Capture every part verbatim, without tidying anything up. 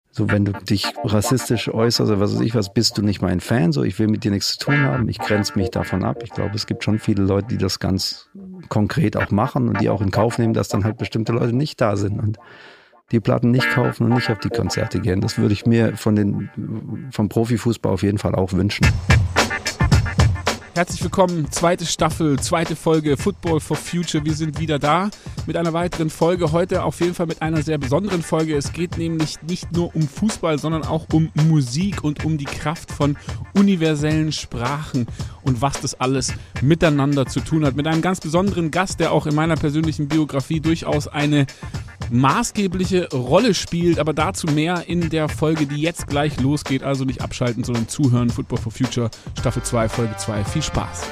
So, wenn du dich rassistisch äußerst oder was weiß ich was, bist du nicht mein Fan. So, ich will mit dir nichts zu tun haben. Ich grenze mich davon ab. Ich glaube, es gibt schon viele Leute, die das ganz konkret auch machen und die auch in Kauf nehmen, dass dann halt bestimmte Leute nicht da sind und die Platten nicht kaufen und nicht auf die Konzerte gehen. Das würde ich mir von den, vom Profifußball auf jeden Fall auch wünschen. Herzlich willkommen, zweite Staffel, zweite Folge Football for Future. Wir sind wieder da mit einer weiteren Folge. Heute auf jeden Fall mit einer sehr besonderen Folge. Es geht nämlich nicht nur um Fußball, sondern auch um Musik und um die Kraft von universellen Sprachen und was das alles miteinander zu tun hat. Mit einem ganz besonderen Gast, der auch in meiner persönlichen Biografie durchaus eine maßgebliche Rolle spielt, aber dazu mehr in der Folge, die jetzt gleich losgeht. Also nicht abschalten, sondern zuhören. Football for Future, Staffel zwei, Folge zwei. Viel Spaß.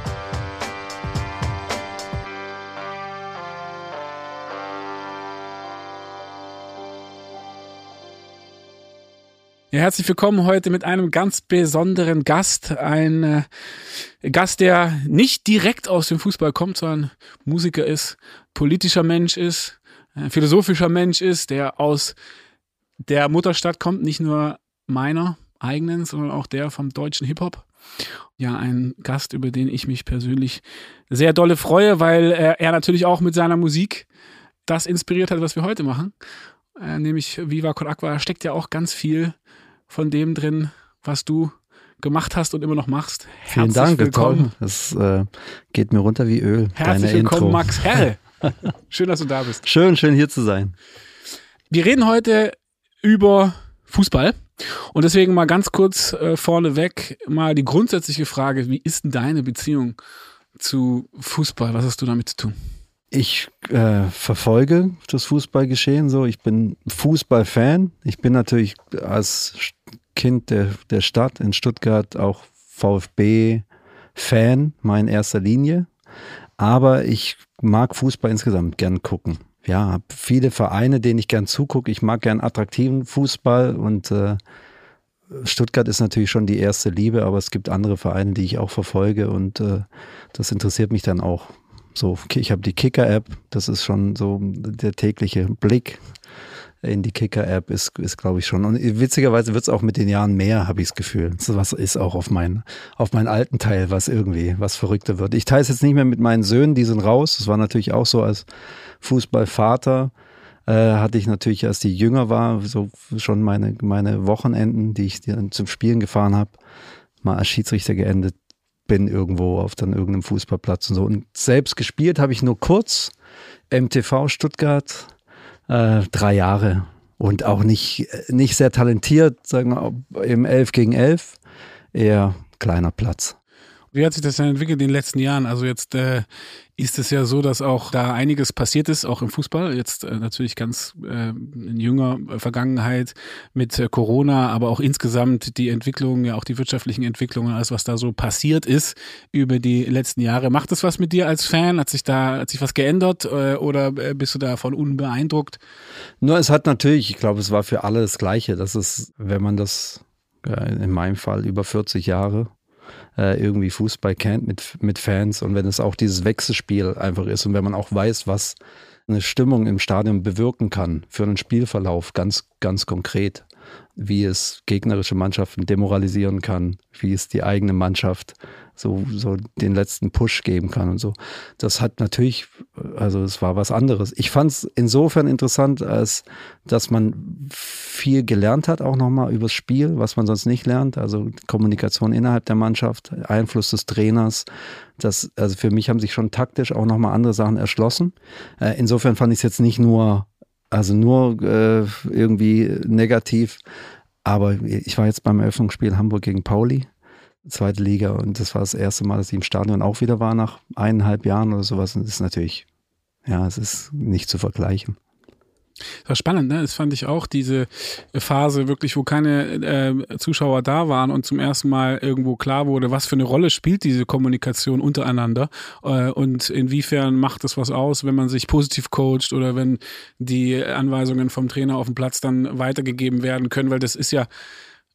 Ja, herzlich willkommen heute mit einem ganz besonderen Gast. Ein äh, Gast, der nicht direkt aus dem Fußball kommt, sondern Musiker ist, politischer Mensch ist, ein philosophischer Mensch ist, der aus der Mutterstadt kommt, nicht nur meiner eigenen, sondern auch der vom deutschen Hip-Hop. Ja, ein Gast, über den ich mich persönlich sehr dolle freue, weil er, er natürlich auch mit seiner Musik das inspiriert hat, was wir heute machen. Äh, nämlich Viva Con Aqua, steckt ja auch ganz viel von dem drin, was du gemacht hast und immer noch machst. Vielen Dank, willkommen. Das äh, geht mir runter wie Öl. Herzlich willkommen, Intro. Max Herre. Schön, dass du da bist. Schön, schön hier zu sein. Wir reden heute über Fußball und deswegen mal ganz kurz äh, vorneweg mal die grundsätzliche Frage, wie ist denn deine Beziehung zu Fußball? Was hast du damit zu tun? Ich äh, verfolge das Fußballgeschehen so. Ich bin Fußballfan. Ich bin natürlich als Kind der, der Stadt in Stuttgart auch VfB-Fan, mal in erster Linie. Aber ich mag Fußball insgesamt gern gucken. Ja, habe viele Vereine, denen ich gern zugucke. Ich mag gern attraktiven Fußball und äh, Stuttgart ist natürlich schon die erste Liebe, aber es gibt andere Vereine, die ich auch verfolge und äh, das interessiert mich dann auch. So, ich habe die Kicker-App, das ist schon so der tägliche Blick in die Kicker-App ist, ist glaube ich schon. Und witzigerweise wird es auch mit den Jahren mehr, habe ich das Gefühl. So was ist auch auf, mein, auf meinen alten Teil, was irgendwie, was verrückter wird. Ich teile es jetzt nicht mehr mit meinen Söhnen, die sind raus. Das war natürlich auch so als Fußballvater. Äh, hatte ich natürlich, als die jünger war, so schon meine, meine Wochenenden, die ich dann zum Spielen gefahren habe, mal als Schiedsrichter geendet bin irgendwo auf dann irgendeinem Fußballplatz und so. Und selbst gespielt habe ich nur kurz M T V Stuttgart, Äh, drei Jahre und auch nicht, nicht sehr talentiert, sagen wir im elf gegen elf, eher kleiner Platz. Wie hat sich das denn entwickelt in den letzten Jahren? Also jetzt äh, ist es ja so, dass auch da einiges passiert ist, auch im Fußball. Jetzt äh, natürlich ganz äh, in jünger Vergangenheit mit äh, Corona, aber auch insgesamt die Entwicklung, ja auch die wirtschaftlichen Entwicklungen, alles was da so passiert ist über die letzten Jahre. Macht das was mit dir als Fan? Hat sich da hat sich was geändert äh, oder bist du davon unbeeindruckt? Nur es hat natürlich, ich glaube, es war für alle das Gleiche. Das ist, wenn man das äh, in meinem Fall über vierzig Jahre irgendwie Fußball kennt mit, mit Fans und wenn es auch dieses Wechselspiel einfach ist und wenn man auch weiß, was eine Stimmung im Stadion bewirken kann für einen Spielverlauf, ganz, ganz konkret, wie es gegnerische Mannschaften demoralisieren kann, wie es die eigene Mannschaft so, so den letzten Push geben kann und so. Das hat natürlich, also es war was anderes. Ich fand es insofern interessant, als dass man viel gelernt hat, auch nochmal übers Spiel, was man sonst nicht lernt. Also Kommunikation innerhalb der Mannschaft, Einfluss des Trainers. Das, also für mich haben sich schon taktisch auch nochmal andere Sachen erschlossen. Äh, insofern fand ich es jetzt nicht nur, also nur äh, irgendwie negativ, aber ich war jetzt beim Eröffnungsspiel Hamburg gegen Pauli, zweite Liga, und das war das erste Mal, dass ich im Stadion auch wieder war nach eineinhalb Jahren oder sowas. Und das ist natürlich, ja, es ist nicht zu vergleichen. Das war spannend, ne? Das fand ich auch, diese Phase wirklich, wo keine äh, Zuschauer da waren und zum ersten Mal irgendwo klar wurde, was für eine Rolle spielt diese Kommunikation untereinander äh, und inwiefern macht es was aus, wenn man sich positiv coacht oder wenn die Anweisungen vom Trainer auf dem Platz dann weitergegeben werden können, weil das ist ja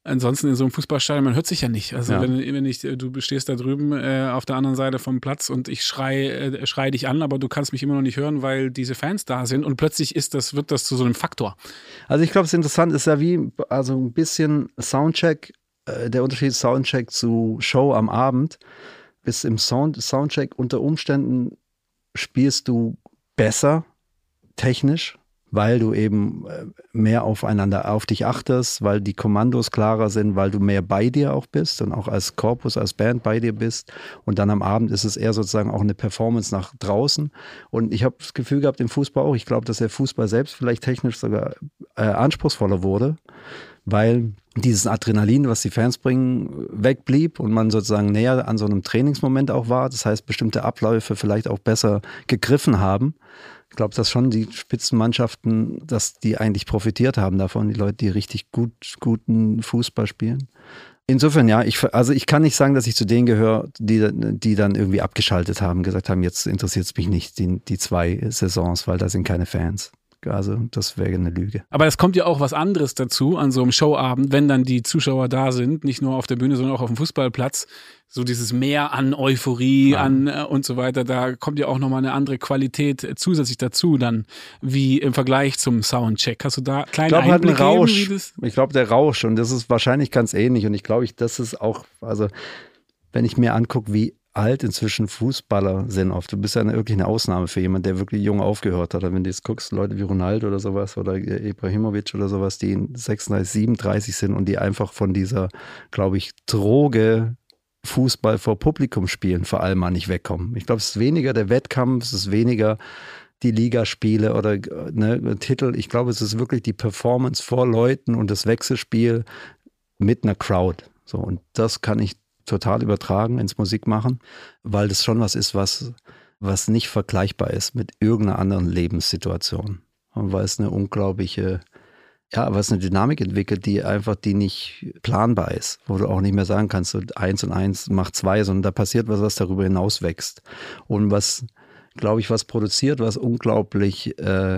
Ansonsten in so einem Fußballstadion, man hört sich ja nicht. Also ja. wenn, wenn ich, du stehst da drüben äh, auf der anderen Seite vom Platz und ich schrei, äh, schrei dich an, aber du kannst mich immer noch nicht hören, weil diese Fans da sind und plötzlich ist das, wird das zu so einem Faktor. Also ich glaube, es ist interessant, ist ja wie also ein bisschen Soundcheck, äh, der Unterschied Soundcheck zu Show am Abend. Bis im Sound, Soundcheck unter Umständen spielst du besser technisch, weil du eben mehr aufeinander, auf dich achtest, weil die Kommandos klarer sind, weil du mehr bei dir auch bist und auch als Korpus, als Band bei dir bist. Und dann am Abend ist es eher sozusagen auch eine Performance nach draußen. Und ich habe das Gefühl gehabt im Fußball auch, ich glaube, dass der Fußball selbst vielleicht technisch sogar äh, anspruchsvoller wurde, weil dieses Adrenalin, was die Fans bringen, wegblieb und man sozusagen näher an so einem Trainingsmoment auch war. Das heißt, bestimmte Abläufe vielleicht auch besser gegriffen haben. Ich glaube, dass schon die Spitzenmannschaften, dass die eigentlich profitiert haben davon, die Leute, die richtig gut, guten Fußball spielen. Insofern, ja, ich, also ich kann nicht sagen, dass ich zu denen gehöre, die, die dann irgendwie abgeschaltet haben, gesagt haben, jetzt interessiert es mich nicht, die, die zwei Saisons, weil da sind keine Fans. Also das wäre eine Lüge. Aber es kommt ja auch was anderes dazu an so einem Showabend, wenn dann die Zuschauer da sind, nicht nur auf der Bühne, sondern auch auf dem Fußballplatz. So dieses Mehr an Euphorie ja. an äh, und so weiter, da kommt ja auch nochmal eine andere Qualität äh, zusätzlich dazu dann, wie im Vergleich zum Soundcheck. Hast du da kleine Ich glaube, halt ein Rausch. Geben, wie das ich glaube, der Rausch und das ist wahrscheinlich ganz ähnlich und ich glaube, ich, das ist auch, also wenn ich mir angucke, wie alt inzwischen Fußballer sind oft. Du bist ja eine, wirklich eine Ausnahme für jemanden, der wirklich jung aufgehört hat. Wenn du jetzt guckst, Leute wie Ronaldo oder sowas oder Ibrahimovic oder sowas, die sechsunddreißig, siebenunddreißig sind und die einfach von dieser, glaube ich, Droge Fußball vor Publikum spielen, vor allem mal nicht wegkommen. Ich glaube, es ist weniger der Wettkampf, es ist weniger die Ligaspiele oder ne, Titel. Ich glaube, es ist wirklich die Performance vor Leuten und das Wechselspiel mit einer Crowd. So, und das kann ich total übertragen ins Musikmachen, weil das schon was ist, was, was nicht vergleichbar ist mit irgendeiner anderen Lebenssituation. Und weil es eine unglaubliche, ja, weil es eine Dynamik entwickelt, die einfach, die nicht planbar ist, wo du auch nicht mehr sagen kannst, so eins und eins macht zwei, sondern da passiert was, was darüber hinaus wächst. Und was, glaube ich, was produziert, was unglaublich, äh,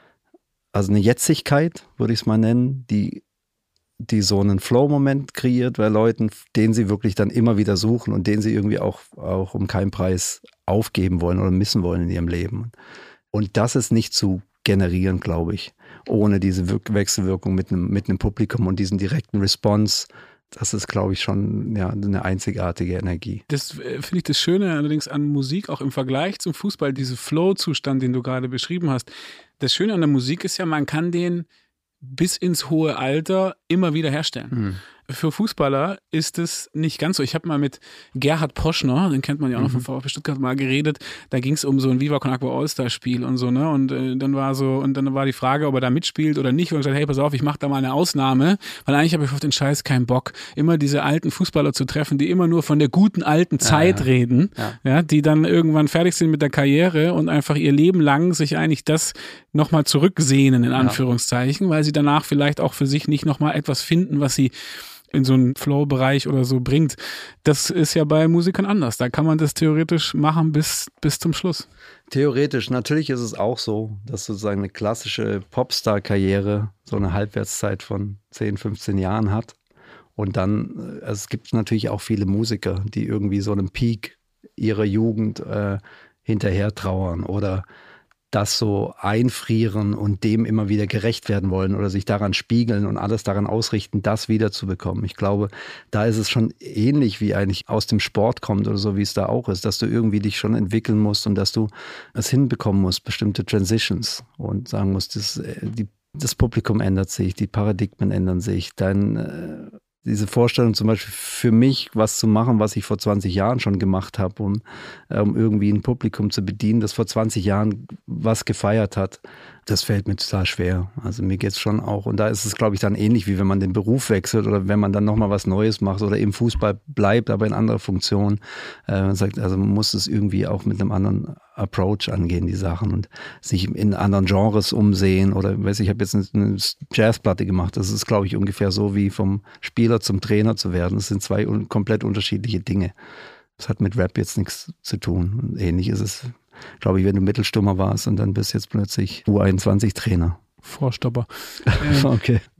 also eine Jetzigkeit, würde ich es mal nennen, die die so einen Flow-Moment kreiert bei Leuten, den sie wirklich dann immer wieder suchen und den sie irgendwie auch, auch um keinen Preis aufgeben wollen oder missen wollen in ihrem Leben. Und das ist nicht zu generieren, glaube ich, ohne diese Wechselwirkung mit einem, mit einem Publikum und diesen direkten Response. Das ist, glaube ich, schon ja, eine einzigartige Energie. Das äh, finde ich das Schöne allerdings an Musik, auch im Vergleich zum Fußball, dieser Flow-Zustand, den du gerade beschrieben hast. Das Schöne an der Musik ist ja, man kann den bis ins hohe Alter immer wieder herstellen. Mhm. Für Fußballer ist es nicht ganz so. Ich habe mal mit Gerhard Poschner, den kennt man ja auch noch mhm. vom VfB Stuttgart, mal geredet. Da ging es um so ein Viva Con Agua All-Star-Spiel und so, ne? Und äh, dann war so, und dann war die Frage, ob er da mitspielt oder nicht. Und ich gesagt, hey, pass auf, ich mache da mal eine Ausnahme, weil eigentlich habe ich auf den Scheiß keinen Bock, immer diese alten Fußballer zu treffen, die immer nur von der guten alten Zeit ja, ja. reden, ja. ja, die dann irgendwann fertig sind mit der Karriere und einfach ihr Leben lang sich eigentlich das nochmal zurücksehnen, in Anführungszeichen, ja. weil sie danach vielleicht auch für sich nicht nochmal etwas finden, was sie in so einen Flow-Bereich oder so bringt. Das ist ja bei Musikern anders. Da kann man das theoretisch machen bis, bis zum Schluss. Theoretisch. Natürlich ist es auch so, dass sozusagen eine klassische Popstar-Karriere so eine Halbwertszeit von zehn, fünfzehn Jahren hat. Und dann, also es gibt natürlich auch viele Musiker, die irgendwie so einem Peak ihrer Jugend äh, hinterher trauern oder das so einfrieren und dem immer wieder gerecht werden wollen oder sich daran spiegeln und alles daran ausrichten, das wiederzubekommen. Ich glaube, da ist es schon ähnlich, wie eigentlich aus dem Sport kommt oder so, wie es da auch ist, dass du irgendwie dich schon entwickeln musst und dass du es hinbekommen musst, bestimmte Transitions und sagen musst, das, die, das Publikum ändert sich, die Paradigmen ändern sich, dein äh, diese Vorstellung zum Beispiel für mich, was zu machen, was ich vor zwanzig Jahren schon gemacht habe, um, um irgendwie ein Publikum zu bedienen, das vor zwanzig Jahren was gefeiert hat, das fällt mir total schwer. Also mir geht es schon auch. Und da ist es, glaube ich, dann ähnlich, wie wenn man den Beruf wechselt oder wenn man dann nochmal was Neues macht oder im Fußball bleibt, aber in anderer Funktion. Äh, man sagt, also man muss es irgendwie auch mit einem anderen Approach angehen, die Sachen, und sich in anderen Genres umsehen oder, weiß ich, ich habe jetzt eine, eine Jazzplatte gemacht. Das ist, glaube ich, ungefähr so wie vom Spieler zum Trainer zu werden. Das sind zwei un- komplett unterschiedliche Dinge. Das hat mit Rap jetzt nichts zu tun. Und ähnlich ist es, glaube ich, wenn du Mittelstürmer warst und dann bist jetzt plötzlich U einundzwanzig Trainer. Vorstopper. Ähm, okay.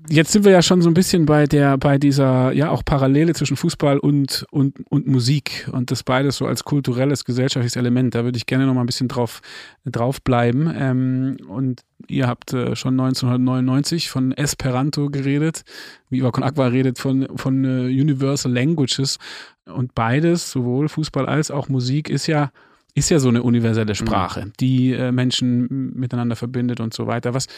Jetzt sind wir ja schon so ein bisschen bei der, bei dieser, ja auch Parallele zwischen Fußball und, und, und Musik und das beides so als kulturelles, gesellschaftliches Element. Da würde ich gerne noch mal ein bisschen drauf, drauf bleiben. Ähm, und ihr habt äh, schon neunzehnhundertneunundneunzig von Esperanto geredet. Viva Con Agua redet von, von uh, Universal Languages. Und beides, sowohl Fußball als auch Musik, ist ja, ist ja so eine universelle Sprache, mhm. die äh, Menschen miteinander verbindet und so weiter. Was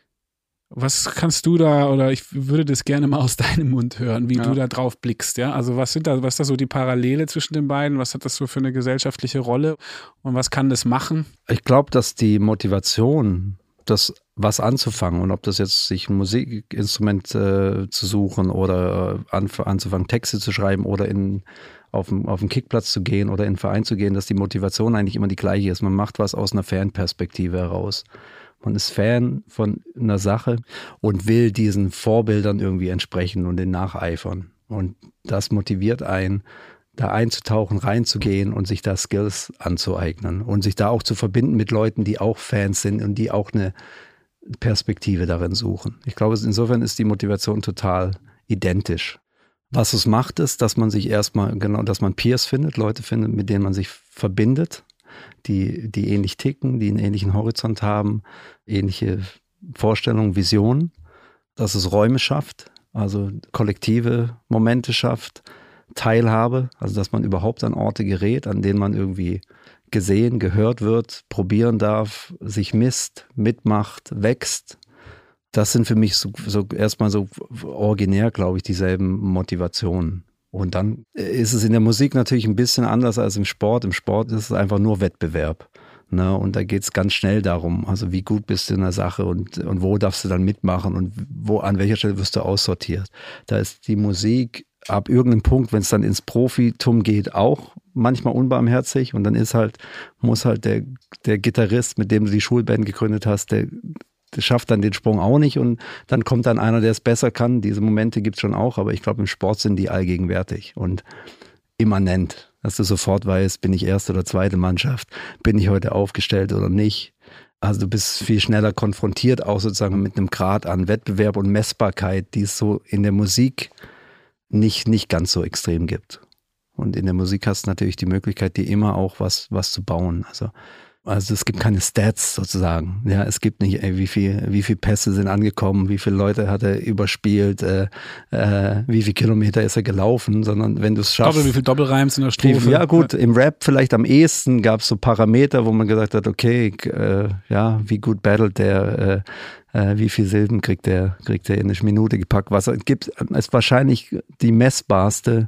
Was kannst du da, oder ich würde das gerne mal aus deinem Mund hören, wie ja. du da drauf blickst, ja? Also was sind da, was ist da so die Parallele zwischen den beiden? Was hat das so für eine gesellschaftliche Rolle und was kann das machen? Ich glaube, dass die Motivation, das was anzufangen und ob das jetzt sich ein Musikinstrument äh, zu suchen oder äh, anf- anzufangen Texte zu schreiben oder in auf den, auf den Kickplatz zu gehen oder in einen Verein zu gehen, dass die Motivation eigentlich immer die gleiche ist. Man macht was aus einer Fanperspektive heraus. Man ist Fan von einer Sache und will diesen Vorbildern irgendwie entsprechen und den nacheifern. Und das motiviert einen, da einzutauchen, reinzugehen und sich da Skills anzueignen und sich da auch zu verbinden mit Leuten, die auch Fans sind und die auch eine Perspektive darin suchen. Ich glaube, insofern ist die Motivation total identisch. Was es macht, ist, dass man sich erstmal, genau, dass man Peers findet, Leute findet, mit denen man sich verbindet, die, die ähnlich ticken, die einen ähnlichen Horizont haben, ähnliche Vorstellungen, Visionen, dass es Räume schafft, also kollektive Momente schafft, Teilhabe, also dass man überhaupt an Orte gerät, an denen man irgendwie gesehen, gehört wird, probieren darf, sich misst, mitmacht, wächst. Das sind für mich so, so erstmal so originär, glaube ich, dieselben Motivationen. Und dann ist es in der Musik natürlich ein bisschen anders als im Sport. Im Sport ist es einfach nur Wettbewerb. Ne? Und da geht es ganz schnell darum, also wie gut bist du in der Sache und, und wo darfst du dann mitmachen und wo, an welcher Stelle wirst du aussortiert. Da ist die Musik ab irgendeinem Punkt, wenn es dann ins Profitum geht, auch manchmal unbarmherzig. Und dann ist halt, muss halt der, der Gitarrist, mit dem du die Schulband gegründet hast, der Das schafft dann den Sprung auch nicht und dann kommt dann einer, der es besser kann. Diese Momente gibt es schon auch, aber ich glaube, im Sport sind die allgegenwärtig und immanent, dass du sofort weißt, bin ich erste oder zweite Mannschaft, bin ich heute aufgestellt oder nicht. Also du bist viel schneller konfrontiert, auch sozusagen mit einem Grad an Wettbewerb und Messbarkeit, die es so in der Musik nicht, nicht ganz so extrem gibt. Und in der Musik hast du natürlich die Möglichkeit, dir immer auch was, was zu bauen. Also Also es gibt keine Stats sozusagen. Ja, es gibt nicht, ey, wie viel, wie viel Pässe sind angekommen, wie viele Leute hat er überspielt, äh, äh, wie viele Kilometer ist er gelaufen, sondern wenn du es schaffst. Doppel, wie viel Doppelreims in der Strophe. Wie, ja gut, im Rap vielleicht am ehesten gab es so Parameter, wo man gesagt hat, okay, äh, ja, wie gut battelt der, äh, äh, wie viele Silben kriegt der, kriegt der in eine Minute gepackt. Was es gibt, ist wahrscheinlich die messbarste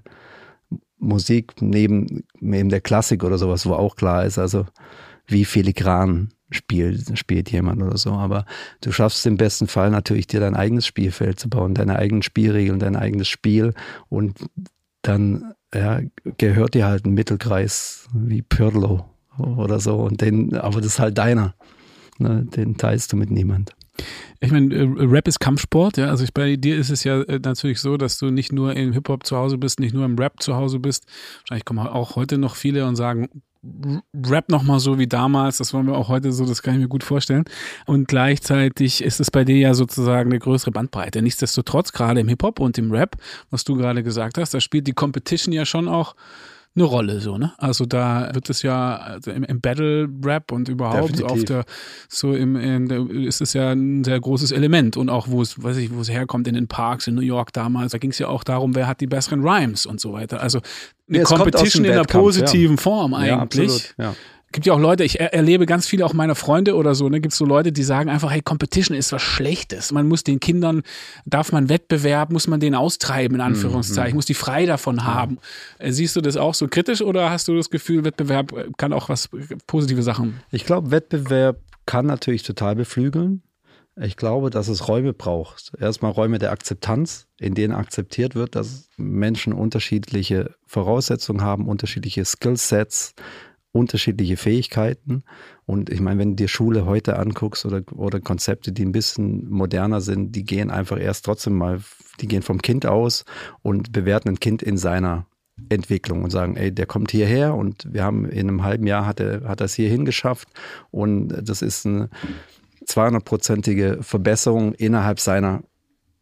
Musik neben, neben der Klassik oder sowas, wo auch klar ist, also wie filigran spielt, spielt jemand oder so. Aber du schaffst es im besten Fall natürlich, dir dein eigenes Spielfeld zu bauen, deine eigenen Spielregeln, dein eigenes Spiel. Und dann ja, gehört dir halt ein Mittelkreis wie Pirlo oder so. Und den, aber das ist halt deiner. Ne? Den teilst du mit niemand. Ich meine, Rap ist Kampfsport, ja. Also ich, bei dir ist es ja natürlich so, dass du nicht nur im Hip-Hop zu Hause bist, nicht nur im Rap zu Hause bist. Wahrscheinlich kommen auch heute noch viele und sagen, Rap nochmal so wie damals, das wollen wir auch heute so, das kann ich mir gut vorstellen. Und gleichzeitig ist es bei dir ja sozusagen eine größere Bandbreite. Nichtsdestotrotz, gerade im Hip-Hop und im Rap, was du gerade gesagt hast, da spielt die Competition ja schon auch eine Rolle, so, ne? Also da wird es ja also im, im Battle-Rap und überhaupt Definitiv. auf der, so im, in der, ist es ja ein sehr großes Element und auch wo es, weiß ich, wo es herkommt in den Parks in New York damals, da ging es ja auch darum, wer hat die besseren Rhymes und so weiter. Also eine ja, Competition in einer positiven ja. Form eigentlich. Ja, absolut, ja. Gibt ja auch Leute, ich er, erlebe ganz viele auch meiner Freunde oder so, ne, gibt es so Leute, die sagen einfach, hey, Competition ist was Schlechtes. Man muss den Kindern, darf man Wettbewerb, muss man den austreiben, in Anführungszeichen, mhm. muss die frei davon haben. Ja. Siehst du das auch so kritisch oder hast du das Gefühl, Wettbewerb kann auch was positive Sachen? Ich glaube, Wettbewerb kann natürlich total beflügeln. Ich glaube, dass es Räume braucht. Erstmal Räume der Akzeptanz, in denen akzeptiert wird, dass Menschen unterschiedliche Voraussetzungen haben, unterschiedliche Skillsets, unterschiedliche Fähigkeiten. Und ich meine, wenn du dir Schule heute anguckst oder, oder Konzepte, die ein bisschen moderner sind, die gehen einfach erst trotzdem mal, die gehen vom Kind aus und bewerten ein Kind in seiner Entwicklung und sagen, ey, der kommt hierher und wir haben in einem halben Jahr hat er hat das hierhin geschafft und das ist eine zweihundertprozentige Verbesserung innerhalb seiner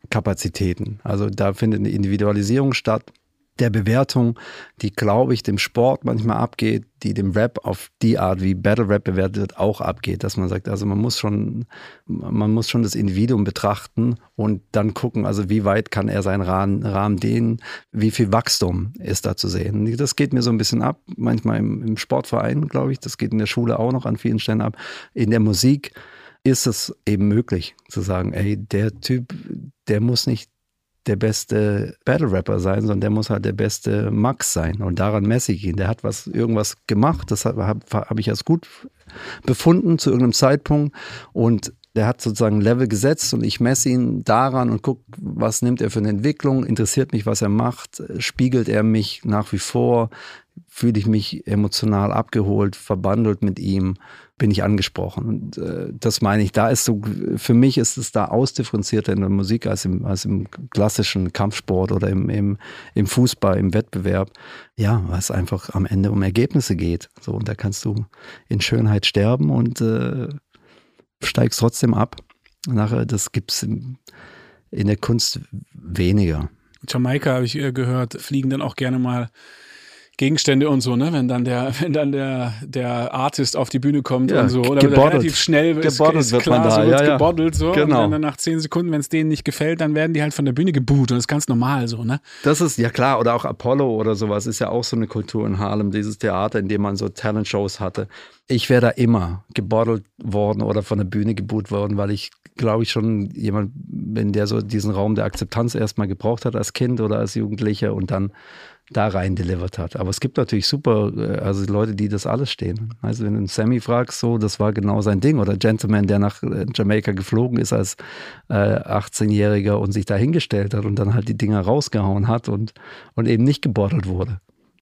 Kapazitäten. Also da findet eine Individualisierung statt, der Bewertung, die, glaube ich, dem Sport manchmal abgeht, die dem Rap auf die Art, wie Battle Rap bewertet wird, auch abgeht, dass man sagt, also man muss schon, man muss schon das Individuum betrachten und dann gucken, also wie weit kann er seinen Rahmen, Rahmen dehnen, wie viel Wachstum ist da zu sehen. Das geht mir so ein bisschen ab, manchmal im, im Sportverein, glaube ich, das geht in der Schule auch noch an vielen Stellen ab. In der Musik ist es eben möglich zu sagen, ey, der Typ, der muss nicht der beste Battle-Rapper sein, sondern der muss halt der beste Max sein. Und daran messe ich ihn. Der hat was, irgendwas gemacht, das habe hab, hab ich als gut befunden zu irgendeinem Zeitpunkt. Und der hat sozusagen ein Level gesetzt und ich messe ihn daran und gucke, was nimmt er für eine Entwicklung, interessiert mich, was er macht, spiegelt er mich nach wie vor, fühle ich mich emotional abgeholt, verbandelt mit ihm, bin ich angesprochen. Und äh, das meine ich, da ist so, für mich ist es da ausdifferenzierter in der Musik als im, als im klassischen Kampfsport oder im, im, im Fußball, im Wettbewerb. Ja, weil es einfach am Ende um Ergebnisse geht. So, und da kannst du in Schönheit sterben und äh, steigst trotzdem ab. Nachher, das gibt's in, in der Kunst weniger. Jamaika, habe ich gehört, fliegen dann auch gerne mal Gegenstände und so, ne? Wenn dann der, wenn dann der, der Artist auf die Bühne kommt ja, und so. Oder relativ schnell ist, ist wird klar, man da. so wird ja, gebottelt so. Genau. Und dann nach zehn Sekunden, wenn es denen nicht gefällt, dann werden die halt von der Bühne geboot. Und das ist ganz normal so, ne? Das ist, ja klar, oder auch Apollo oder sowas ist ja auch so eine Kultur in Harlem, dieses Theater, in dem man so Talent-Shows hatte. Ich wäre da immer gebottelt worden oder von der Bühne geboot worden, weil ich, glaube ich, schon jemand bin, der so diesen Raum der Akzeptanz erstmal gebraucht hat als Kind oder als Jugendlicher und dann da rein delivert hat. Aber es gibt natürlich super, also Leute, die das alles stehen. Also wenn du einen Sammy fragst, so, das war genau sein Ding. Oder Gentleman, der nach Jamaika geflogen ist als äh, achtzehnjähriger und sich da hingestellt hat und dann halt die Dinger rausgehauen hat und, und eben nicht gebottelt wurde.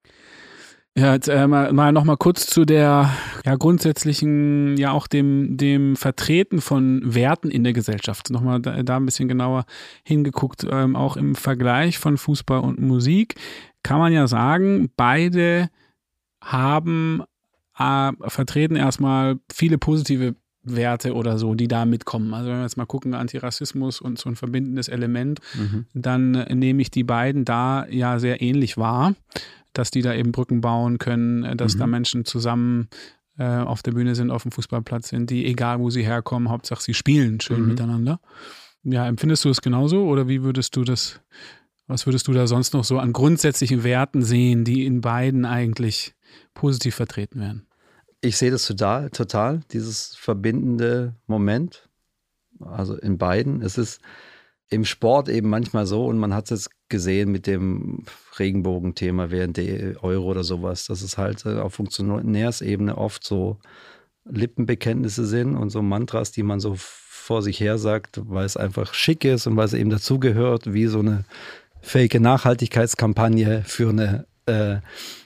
Ja, jetzt äh, mal, mal noch mal kurz zu der ja grundsätzlichen, ja auch dem dem Vertreten von Werten in der Gesellschaft. Nochmal da, da ein bisschen genauer hingeguckt, ähm, auch im Vergleich von Fußball und Musik kann man ja sagen, beide haben äh, vertreten erstmal viele positive Werte oder so, die da mitkommen. Also wenn wir jetzt mal gucken, Antirassismus und so ein verbindendes Element, mhm. dann äh, nehme ich die beiden da ja sehr ähnlich wahr, dass die da eben Brücken bauen können, dass mhm. da Menschen zusammen äh, auf der Bühne sind, auf dem Fußballplatz sind, die, egal wo sie herkommen, Hauptsache sie spielen schön mhm. miteinander. Ja, empfindest du das genauso oder wie würdest du das, was würdest du da sonst noch so an grundsätzlichen Werten sehen, die in beiden eigentlich positiv vertreten werden? Ich sehe das total, total, dieses verbindende Moment, also in beiden. Es ist im Sport eben manchmal so, und man hat es jetzt gesehen mit dem Regenbogenthema während der Euro oder sowas, dass es halt auf Funktionärsebene oft so Lippenbekenntnisse sind und so Mantras, die man so vor sich her sagt, weil es einfach schick ist und weil es eben dazugehört, wie so eine fake Nachhaltigkeitskampagne für eine äh,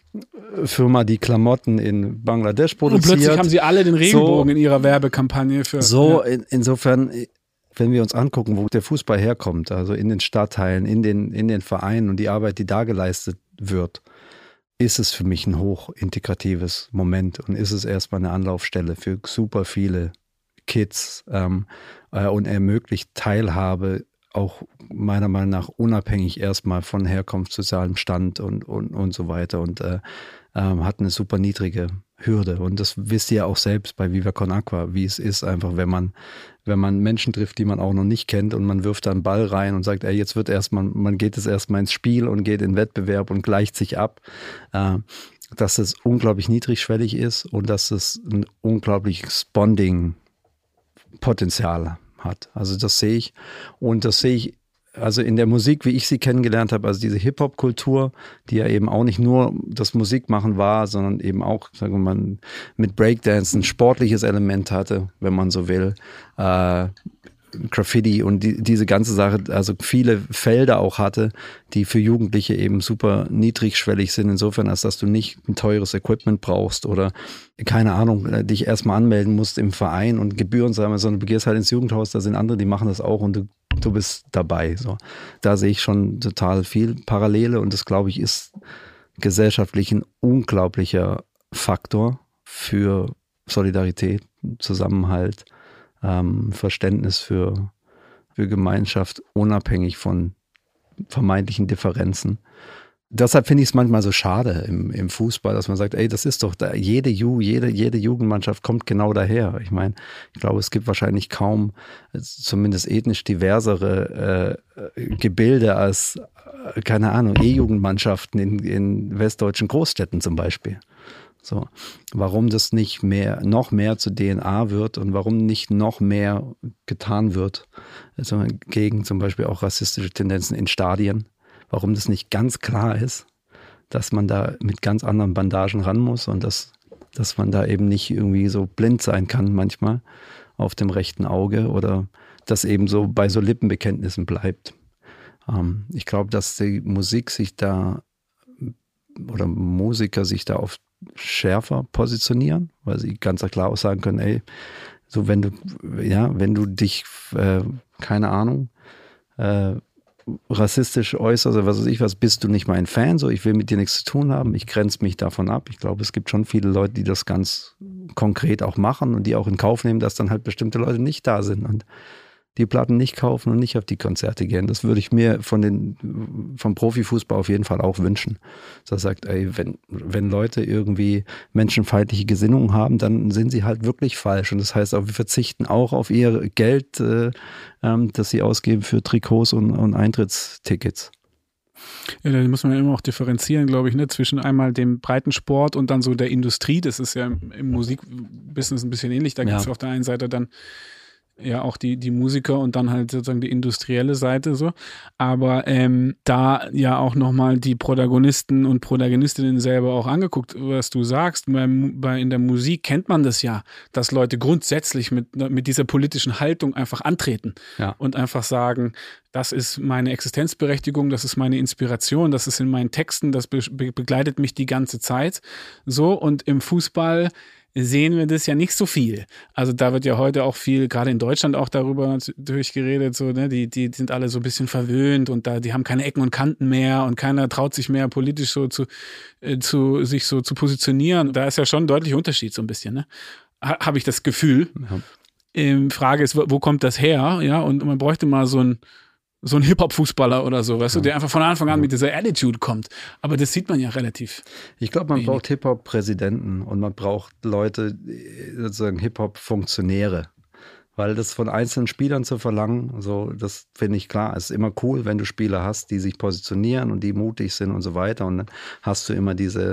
Firma, die Klamotten in Bangladesch produziert. Und plötzlich haben sie alle den Regenbogen so, in ihrer Werbekampagne. Für. So, ja. in, insofern, wenn wir uns angucken, wo der Fußball herkommt, also in den Stadtteilen, in den, in den Vereinen und die Arbeit, die da geleistet wird, ist es für mich ein hochintegratives Moment und ist es erstmal eine Anlaufstelle für super viele Kids ähm, äh, und ermöglicht Teilhabe auch meiner Meinung nach unabhängig erstmal von Herkunft, sozialem Stand und, und, und so weiter und äh, ähm, hat eine super niedrige Hürde. Und das wisst ihr ja auch selbst bei Viva Con Aqua, wie es ist einfach, wenn man, wenn man Menschen trifft, die man auch noch nicht kennt und man wirft da einen Ball rein und sagt, ey, jetzt wird erstmal, man geht jetzt erstmal ins Spiel und geht in den Wettbewerb und gleicht sich ab, äh, dass es unglaublich niedrigschwellig ist und dass es ein unglaubliches Bonding-Potenzial hat. Also das sehe ich und das sehe ich also in der Musik, wie ich sie kennengelernt habe, also diese Hip-Hop-Kultur, die ja eben auch nicht nur das Musikmachen war, sondern eben auch, sagen wir mal, mit Breakdance ein sportliches Element hatte, wenn man so will, äh, Graffiti und die, diese ganze Sache, also viele Felder auch hatte, die für Jugendliche eben super niedrigschwellig sind, insofern, als dass du nicht ein teures Equipment brauchst oder, keine Ahnung, dich erstmal anmelden musst im Verein und Gebühren sammeln, sondern du gehst halt ins Jugendhaus, da sind andere, die machen das auch und du, du bist dabei. So. Da sehe ich schon total viel Parallele und das, glaube ich, ist gesellschaftlich ein unglaublicher Faktor für Solidarität, Zusammenhalt, Ähm, Verständnis für für Gemeinschaft, unabhängig von vermeintlichen Differenzen. Deshalb finde ich es manchmal so schade im, im Fußball, dass man sagt, ey, das ist doch da, jede, Ju, jede, jede Jugendmannschaft kommt genau daher. Ich meine, ich glaube, es gibt wahrscheinlich kaum, zumindest ethnisch diversere äh, Gebilde als, äh, keine Ahnung, E-Jugendmannschaften in, in westdeutschen Großstädten zum Beispiel. So, warum das nicht mehr, noch mehr zur D N A wird und warum nicht noch mehr getan wird, also gegen zum Beispiel auch rassistische Tendenzen in Stadien. Warum das nicht ganz klar ist, dass man da mit ganz anderen Bandagen ran muss und dass, dass man da eben nicht irgendwie so blind sein kann manchmal auf dem rechten Auge oder das eben so bei so Lippenbekenntnissen bleibt. Ähm, ich glaube, dass die Musik sich da oder Musiker sich da oft schärfer positionieren, weil sie ganz klar auch sagen können, ey, so wenn du, ja, wenn du dich, äh, keine Ahnung, äh, rassistisch äußerst oder was weiß ich was, bist du nicht mein Fan, so ich will mit dir nichts zu tun haben, ich grenze mich davon ab. Ich glaube, es gibt schon viele Leute, die das ganz konkret auch machen und die auch in Kauf nehmen, dass dann halt bestimmte Leute nicht da sind und die Platten nicht kaufen und nicht auf die Konzerte gehen. Das würde ich mir von den, vom Profifußball auf jeden Fall auch wünschen. Dass er sagt, ey, wenn, wenn Leute irgendwie menschenfeindliche Gesinnungen haben, dann sind sie halt wirklich falsch. Und das heißt auch, wir verzichten auch auf ihr Geld, äh, ähm, das sie ausgeben für Trikots und, und Eintrittstickets. Ja, da muss man ja immer auch differenzieren, glaube ich, ne, zwischen einmal dem Breitensport und dann so der Industrie. Das ist ja im, im Musikbusiness ein bisschen ähnlich. Da gibt es ja auf der einen Seite dann ja auch die, die Musiker und dann halt sozusagen die industrielle Seite so. Aber ähm, da ja auch nochmal die Protagonisten und Protagonistinnen selber auch angeguckt, was du sagst. Bei, bei, in der Musik kennt man das ja, dass Leute grundsätzlich mit, mit dieser politischen Haltung einfach antreten ja. und einfach sagen, das ist meine Existenzberechtigung, das ist meine Inspiration, das ist in meinen Texten, das be- begleitet mich die ganze Zeit. So, und im Fußball sehen wir das ja nicht so viel. Also da wird ja heute auch viel, gerade in Deutschland auch darüber natürlich geredet, so, ne, die, die sind alle so ein bisschen verwöhnt und da, die haben keine Ecken und Kanten mehr und keiner traut sich mehr politisch so zu, äh, zu sich so zu positionieren. Da ist ja schon ein deutlicher Unterschied so ein bisschen, ne? Ha, habe ich das Gefühl. Ja. Ähm, Frage ist, wo, wo kommt das her? Ja, und man bräuchte mal so ein so ein Hip-Hop-Fußballer oder so, weißt ja. du, der einfach von Anfang an mit dieser Attitude kommt. Aber das sieht man ja relativ. Ich glaube, man wenig. braucht Hip-Hop-Präsidenten und man braucht Leute, sozusagen Hip-Hop-Funktionäre. Weil das von einzelnen Spielern zu verlangen, so, das finde ich klar. Es ist immer cool, wenn du Spieler hast, die sich positionieren und die mutig sind und so weiter. Und dann hast du immer diese,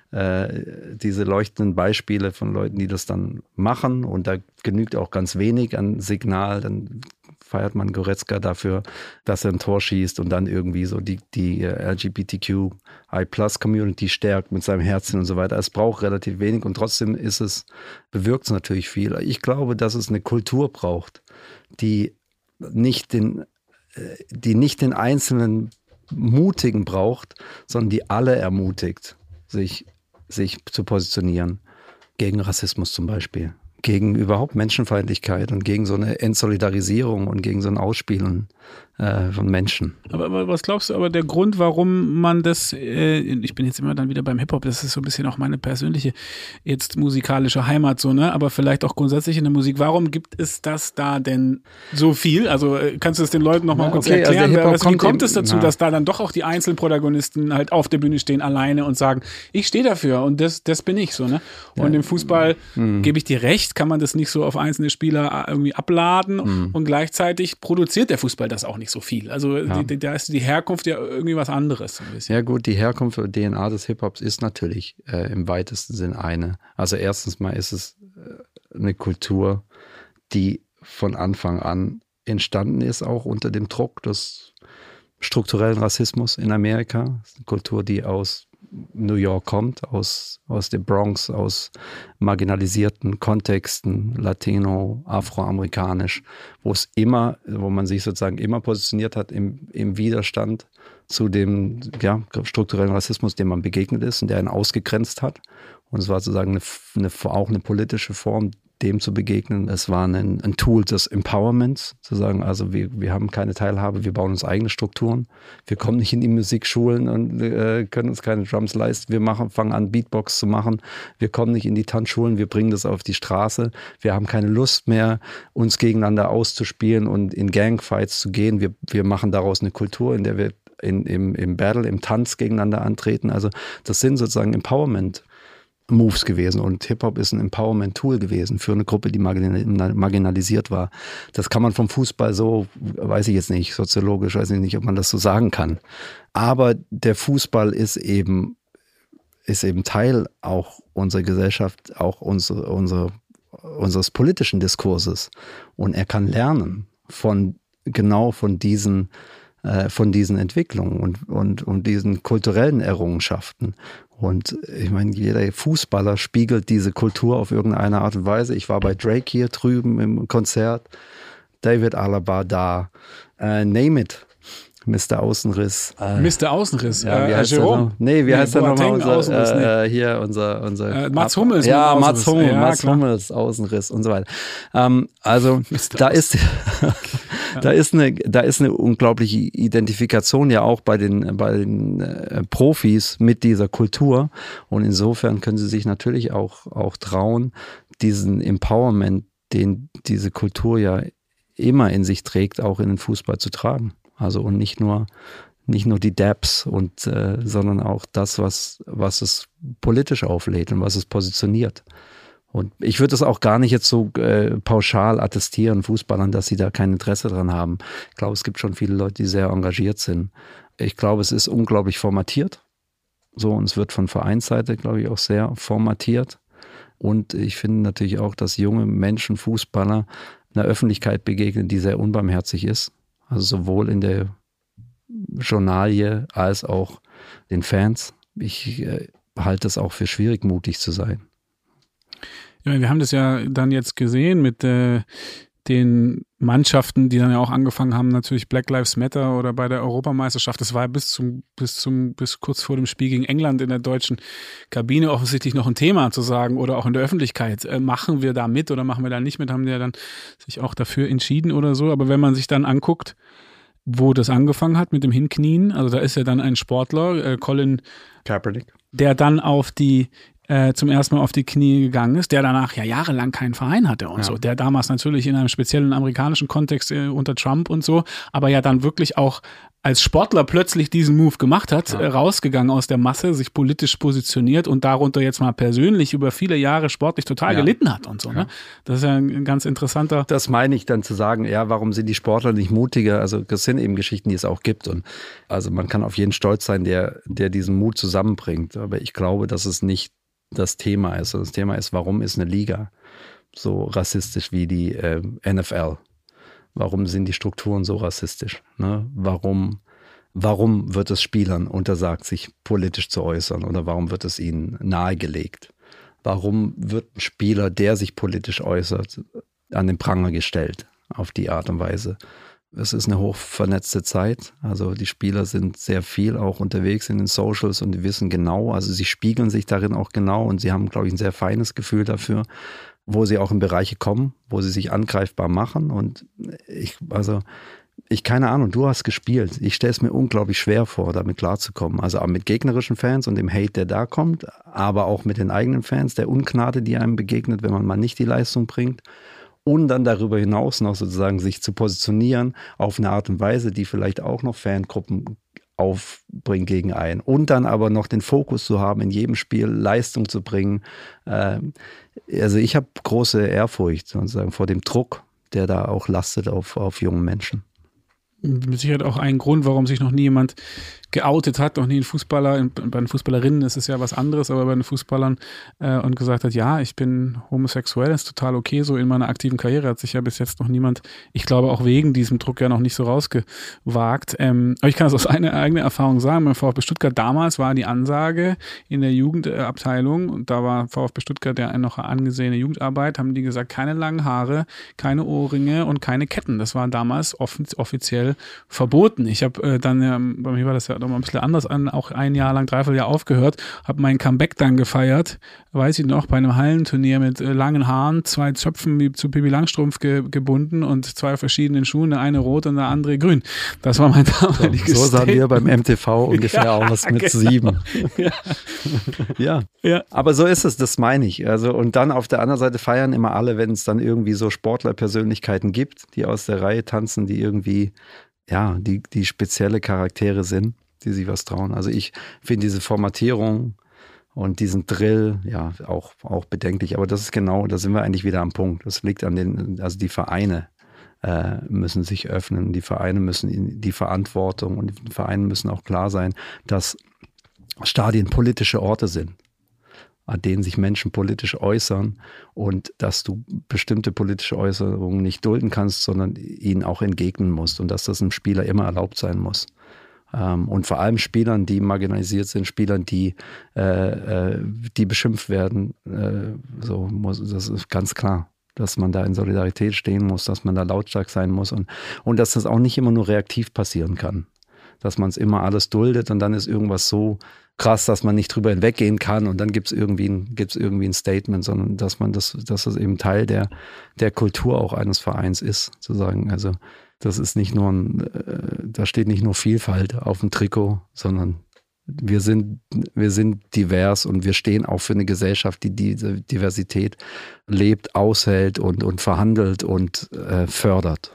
äh, diese leuchtenden Beispiele von Leuten, die das dann machen. Und da genügt auch ganz wenig an Signal. Dann feiert man Goretzka dafür, dass er ein Tor schießt und dann irgendwie so die, die L G B T Q I Plus Community stärkt mit seinem Herzen und so weiter. Es braucht relativ wenig und trotzdem ist es, bewirkt es natürlich viel. Ich glaube, dass es eine Kultur braucht, die nicht den, die nicht den einzelnen Mutigen braucht, sondern die alle ermutigt, sich, sich zu positionieren. Gegen Rassismus zum Beispiel. Gegen überhaupt Menschenfeindlichkeit und gegen so eine Entsolidarisierung und gegen so ein Ausspielen äh, von Menschen. Aber, aber was glaubst du, aber der Grund, warum man das, äh, ich bin jetzt immer dann wieder beim Hip-Hop, das ist so ein bisschen auch meine persönliche, jetzt musikalische Heimat so, ne, aber vielleicht auch grundsätzlich in der Musik, warum gibt es das da denn so viel? Also äh, kannst du das den Leuten nochmal ja, kurz okay, erklären? Also was, wie kommt es dazu, na. dass da dann doch auch die Einzelprotagonisten halt auf der Bühne stehen alleine und sagen, ich stehe dafür und das, das bin ich so, ne? Und ja. im Fußball mhm. gebe ich dir recht, kann man das nicht so auf einzelne Spieler irgendwie abladen mhm. und gleichzeitig produziert der Fußball das auch nicht so viel. Also ja. die, da ist die Herkunft ja irgendwie was anderes. Ein bisschen. Ja gut, die Herkunft oder D N A des Hip-Hops ist natürlich äh, im weitesten Sinn eine. Also erstens mal ist es äh, eine Kultur, die von Anfang an entstanden ist, auch unter dem Druck des strukturellen Rassismus in Amerika. Das ist eine Kultur, die aus New York kommt, aus, aus der Bronx, aus marginalisierten Kontexten, Latino, afroamerikanisch, wo es immer, wo man sich sozusagen immer positioniert hat im, im Widerstand zu dem ja, strukturellen Rassismus, dem man begegnet ist und der ihn ausgegrenzt hat. Und es war sozusagen eine, eine, auch eine politische Form, System zu begegnen. Es war ein, ein Tool des Empowerments, zu sagen, also wir, wir haben keine Teilhabe, wir bauen uns eigene Strukturen. Wir kommen nicht in die Musikschulen und äh, können uns keine Drums leisten. Wir machen, fangen an, Beatbox zu machen. Wir kommen nicht in die Tanzschulen, wir bringen das auf die Straße. Wir haben keine Lust mehr, uns gegeneinander auszuspielen und in Gangfights zu gehen. Wir, wir machen daraus eine Kultur, in der wir in, im, im Battle, im Tanz gegeneinander antreten. Also das sind sozusagen Empowerment-Moves gewesen und Hip-Hop ist ein Empowerment-Tool gewesen für eine Gruppe, die marginalisiert war. Das kann man vom Fußball so, weiß ich jetzt nicht, soziologisch, weiß ich nicht, ob man das so sagen kann. Aber der Fußball ist eben, ist eben Teil auch unserer Gesellschaft, auch unsere, unsere, unseres politischen Diskurses. Und er kann lernen von, genau von diesen von diesen Entwicklungen und, und, und diesen kulturellen Errungenschaften. Und ich meine, jeder Fußballer spiegelt diese Kultur auf irgendeine Art und Weise. Ich war bei Drake hier drüben im Konzert, David Alaba da, uh, name it, Mister Außenriss. Äh, Mister Außenriss, ja, wie äh, heißt Jerome. Der nee, wie nee, heißt der nochmal? Unser, nee. äh, hier, unser, unser äh, Mats Hummels. Ja, Mats Hummels, ja, Mats Hummels, Außenriss und so weiter. Ähm, also, Mister da ist, da ist eine, da ist eine unglaubliche Identifikation ja auch bei den, bei den äh, Profis mit dieser Kultur. Und insofern können sie sich natürlich auch, auch trauen, diesen Empowerment, den diese Kultur ja immer in sich trägt, auch in den Fußball zu tragen. Also und nicht nur nicht nur die Dabs und äh, sondern auch das, was was es politisch auflädt und was es positioniert. Und ich würde das auch gar nicht jetzt so äh, pauschal attestieren Fußballern, dass sie da kein Interesse dran haben. Ich glaube, es gibt schon viele Leute, die sehr engagiert sind. Ich glaube, es ist unglaublich formatiert. So, und es wird von Vereinsseite, glaube ich, auch sehr formatiert. Und ich finde natürlich auch, dass junge Menschen, Fußballer, einer Öffentlichkeit begegnen, die sehr unbarmherzig ist. Also sowohl in der Journalie als auch den Fans. Ich äh, halte es auch für schwierig, mutig zu sein. Ja, wir haben das ja dann jetzt gesehen mit äh, den Mannschaften, die dann ja auch angefangen haben, natürlich Black Lives Matter oder bei der Europameisterschaft. Das war ja bis zum, bis zum, bis kurz vor dem Spiel gegen England in der deutschen Kabine offensichtlich noch ein Thema zu sagen oder auch in der Öffentlichkeit. Äh, machen wir da mit oder machen wir da nicht mit? Haben die ja dann sich auch dafür entschieden oder so. Aber wenn man sich dann anguckt, wo das angefangen hat mit dem Hinknien, also da ist ja dann ein Sportler, äh, Colin Kaepernick, der dann auf die Äh, zum ersten Mal auf die Knie gegangen ist, der danach ja jahrelang keinen Verein hatte und ja. so, der damals natürlich in einem speziellen amerikanischen Kontext äh, unter Trump und so, aber ja dann wirklich auch als Sportler plötzlich diesen Move gemacht hat, ja. äh, rausgegangen aus der Masse, sich politisch positioniert und darunter jetzt mal persönlich über viele Jahre sportlich total ja. gelitten hat und so. Ja. Ne? Das ist ja ein ganz interessanter... Das meine ich dann zu sagen, ja, warum sind die Sportler nicht mutiger? Also das sind eben Geschichten, die es auch gibt und also man kann auf jeden stolz sein, der, der diesen Mut zusammenbringt, aber ich glaube, dass es nicht das Thema ist. Das Thema ist, warum ist eine Liga so rassistisch wie die äh, N F L? Warum sind die Strukturen so rassistisch? Ne? Warum, warum wird es Spielern untersagt, sich politisch zu äußern? Oder warum wird es ihnen nahegelegt? Warum wird ein Spieler, der sich politisch äußert, an den Pranger gestellt auf die Art und Weise? Es ist eine hochvernetzte Zeit, also die Spieler sind sehr viel auch unterwegs in den Socials und die wissen genau, also sie spiegeln sich darin auch genau und sie haben, glaube ich, ein sehr feines Gefühl dafür, wo sie auch in Bereiche kommen, wo sie sich angreifbar machen und ich, also ich, keine Ahnung, du hast gespielt, ich stelle es mir unglaublich schwer vor, damit klarzukommen, also auch mit gegnerischen Fans und dem Hate, der da kommt, aber auch mit den eigenen Fans, der Ungnade, die einem begegnet, wenn man mal nicht die Leistung bringt. Und dann darüber hinaus noch sozusagen sich zu positionieren auf eine Art und Weise, die vielleicht auch noch Fangruppen aufbringt gegen einen. Und dann aber noch den Fokus zu haben, in jedem Spiel Leistung zu bringen. Also ich habe große Ehrfurcht sozusagen vor dem Druck, der da auch lastet auf, auf jungen Menschen. Mit Sicherheit auch ein Grund, warum sich noch nie jemand geoutet hat, noch nie ein Fußballer, bei den Fußballerinnen ist es ja was anderes, aber bei den Fußballern äh, und gesagt hat, ja, ich bin homosexuell, ist total okay, so in meiner aktiven Karriere hat sich ja bis jetzt noch niemand, ich glaube auch wegen diesem Druck ja noch nicht so rausgewagt. Ähm, aber ich kann das aus einer eigenen Erfahrung sagen, beim VfB Stuttgart damals war die Ansage in der Jugendabteilung und da war VfB Stuttgart ja noch eine angesehene Jugendarbeit, haben die gesagt, keine langen Haare, keine Ohrringe und keine Ketten. Das war damals off- offiziell verboten. Ich habe äh, dann, ja, bei mir war das ja nochmal ein bisschen anders an, auch ein Jahr lang, dreiviertel Jahr aufgehört, habe mein Comeback dann gefeiert, weiß ich noch, bei einem Hallenturnier mit äh, langen Haaren, zwei Zöpfen wie zu Pippi Langstrumpf ge- gebunden und zwei verschiedenen Schuhen, der eine rot und der andere grün. Das war mein damaliges So, so sahen Statement. wir beim M T V ungefähr Ja, aus mit genau. sieben. Ja. Ja. Ja. Aber so ist es, das meine ich. Also, und dann auf der anderen Seite feiern immer alle, wenn es dann irgendwie so Sportlerpersönlichkeiten gibt, die aus der Reihe tanzen, die irgendwie, ja, die, die spezielle Charaktere sind, die sich was trauen. Also ich finde diese Formatierung und diesen Drill, ja, auch, auch bedenklich. Aber das ist genau, da sind wir eigentlich wieder am Punkt. Das liegt an den, also die Vereine äh, müssen sich öffnen. Die Vereine müssen in die Verantwortung und die Vereine müssen auch klar sein, dass Stadien politische Orte sind, an denen sich Menschen politisch äußern und dass du bestimmte politische Äußerungen nicht dulden kannst, sondern ihnen auch entgegnen musst und dass das einem Spieler immer erlaubt sein muss. Und vor allem Spielern, die marginalisiert sind, Spielern, die, äh, die beschimpft werden, äh, so muss, das ist ganz klar, dass man da in Solidarität stehen muss, dass man da lautstark sein muss und, und dass das auch nicht immer nur reaktiv passieren kann. Dass man es immer alles duldet und dann ist irgendwas so krass, dass man nicht drüber hinweggehen kann und dann gibt es irgendwie, ein, gibt's irgendwie ein Statement, sondern dass man das, dass das eben Teil der, der Kultur auch eines Vereins ist, zu sagen, also das ist nicht nur ein, äh, da steht nicht nur Vielfalt auf dem Trikot, sondern wir sind, wir sind divers und wir stehen auch für eine Gesellschaft, die diese Diversität lebt, aushält und, und verhandelt und äh, fördert.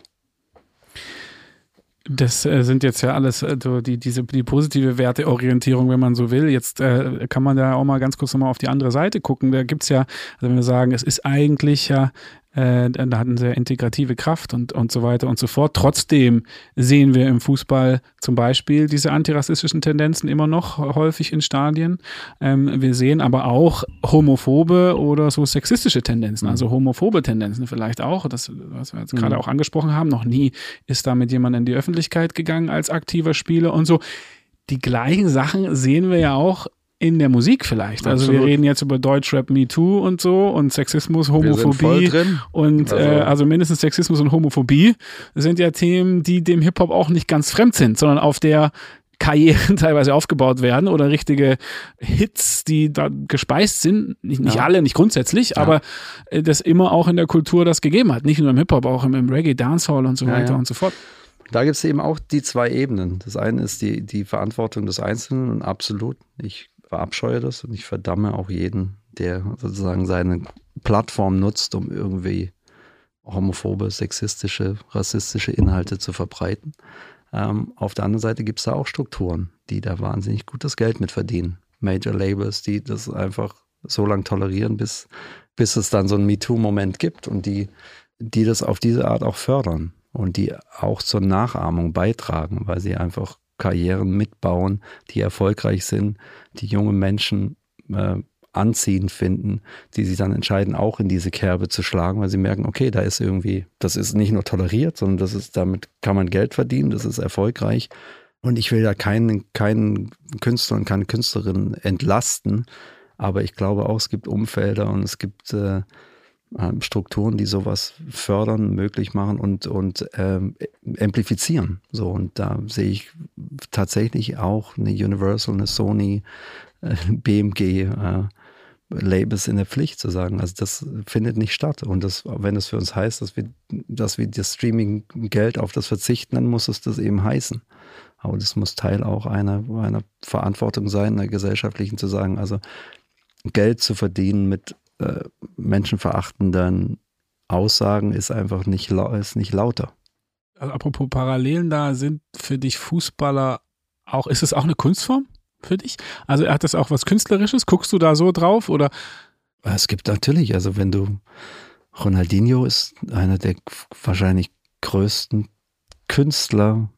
Das äh, sind jetzt ja alles äh, so die, diese, die positive Werteorientierung, wenn man so will. Jetzt äh, kann man da auch mal ganz kurz nochmal auf die andere Seite gucken. Da gibt's ja, also wenn wir sagen, es ist eigentlich ja, äh, da hat eine sehr integrative Kraft und, und so weiter und so fort. Trotzdem sehen wir im Fußball zum Beispiel diese antirassistischen Tendenzen immer noch häufig in Stadien. Ähm, wir sehen aber auch homophobe oder so sexistische Tendenzen, also homophobe Tendenzen vielleicht auch, das, was wir jetzt gerade Mhm. auch angesprochen haben. Noch nie ist damit jemand in die Öffentlichkeit gegangen als aktiver Spieler und so. Die gleichen Sachen sehen wir ja auch in der Musik vielleicht. Also Absolut. wir reden jetzt über Deutschrap Me Too und so und Sexismus, Wir sind voll Homophobie drin. und Also- äh, also mindestens Sexismus und Homophobie sind ja Themen, die dem Hip-Hop auch nicht ganz fremd sind, sondern auf der Karrieren teilweise aufgebaut werden oder richtige Hits, die da gespeist sind. Nicht, nicht Ja. alle, nicht grundsätzlich, Ja. aber äh, das immer auch in der Kultur das gegeben hat. Nicht nur im Hip-Hop, auch im, im Reggae, Dancehall und so Ja, weiter ja. und so fort. Da gibt es eben auch die zwei Ebenen. Das eine ist die, die Verantwortung des Einzelnen und absolut, ich verabscheue das und ich verdamme auch jeden, der sozusagen seine Plattform nutzt, um irgendwie homophobe, sexistische, rassistische Inhalte zu verbreiten. Ähm, auf der anderen Seite gibt es da auch Strukturen, die da wahnsinnig gutes Geld mit verdienen. Major Labels, die das einfach so lange tolerieren, bis, bis es dann so einen MeToo-Moment gibt und die, die das auf diese Art auch fördern und die auch zur Nachahmung beitragen, weil sie einfach Karrieren mitbauen, die erfolgreich sind, die junge Menschen äh, anziehend finden, die sich dann entscheiden, auch in diese Kerbe zu schlagen, weil sie merken, okay, da ist irgendwie, das ist nicht nur toleriert, sondern das ist, damit kann man Geld verdienen, das ist erfolgreich. Und ich will da keinen, keinen Künstler und keine Künstlerin entlasten, aber ich glaube auch, es gibt Umfelder und es gibt äh, Strukturen, die sowas fördern, möglich machen und, und ähm, amplifizieren. So, und da sehe ich tatsächlich auch eine Universal, eine Sony, äh, B M G, äh, Labels in der Pflicht zu sagen. Also das findet nicht statt. Und das, wenn es für uns heißt, dass wir, dass wir das Streaming-Geld auf das verzichten, dann muss es das eben heißen. Aber das muss Teil auch einer, einer Verantwortung sein, einer gesellschaftlichen, zu sagen, also Geld zu verdienen mit äh, menschenverachtenden Aussagen ist einfach nicht, ist nicht lauter. Also apropos Parallelen, da sind für dich Fußballer auch, ist es auch eine Kunstform für dich? Also hat das auch was Künstlerisches? Guckst du da so drauf oder? Es gibt natürlich, also wenn du, Ronaldinho ist einer der wahrscheinlich größten Künstler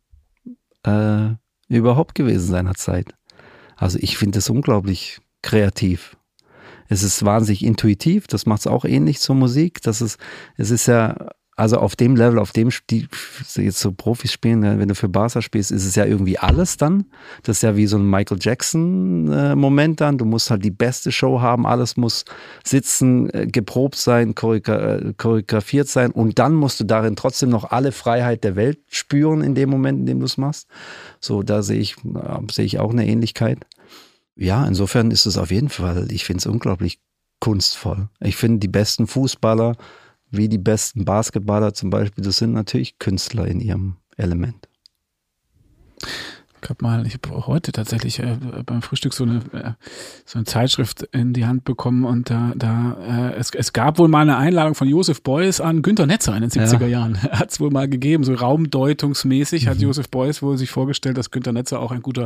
äh, überhaupt gewesen seiner Zeit. Also ich finde es unglaublich kreativ. Es ist wahnsinnig intuitiv, das macht es auch ähnlich zur Musik. Das ist, es ist ja also auf dem Level, auf dem die jetzt so Profis spielen, wenn du für Barca spielst, ist es ja irgendwie alles dann. Das ist ja wie so ein Michael Jackson-Moment dann. Du musst halt die beste Show haben, alles muss sitzen, geprobt sein, choreogra- choreografiert sein und dann musst du darin trotzdem noch alle Freiheit der Welt spüren in dem Moment, in dem du es machst. So, da sehe ich, sehe ich auch eine Ähnlichkeit. Ja, insofern ist es auf jeden Fall, ich finde es unglaublich kunstvoll. Ich finde, die besten Fußballer wie die besten Basketballer zum Beispiel, das sind natürlich Künstler in ihrem Element. Ich habe mal, ich habe heute tatsächlich äh, beim Frühstück so eine, äh, so eine Zeitschrift in die Hand bekommen und da, da äh, es, es gab wohl mal eine Einladung von Joseph Beuys an Günter Netzer in den siebziger ja. Jahren. Hat es wohl mal gegeben, so raumdeutungsmäßig mhm. hat Joseph Beuys wohl sich vorgestellt, dass Günter Netzer auch ein guter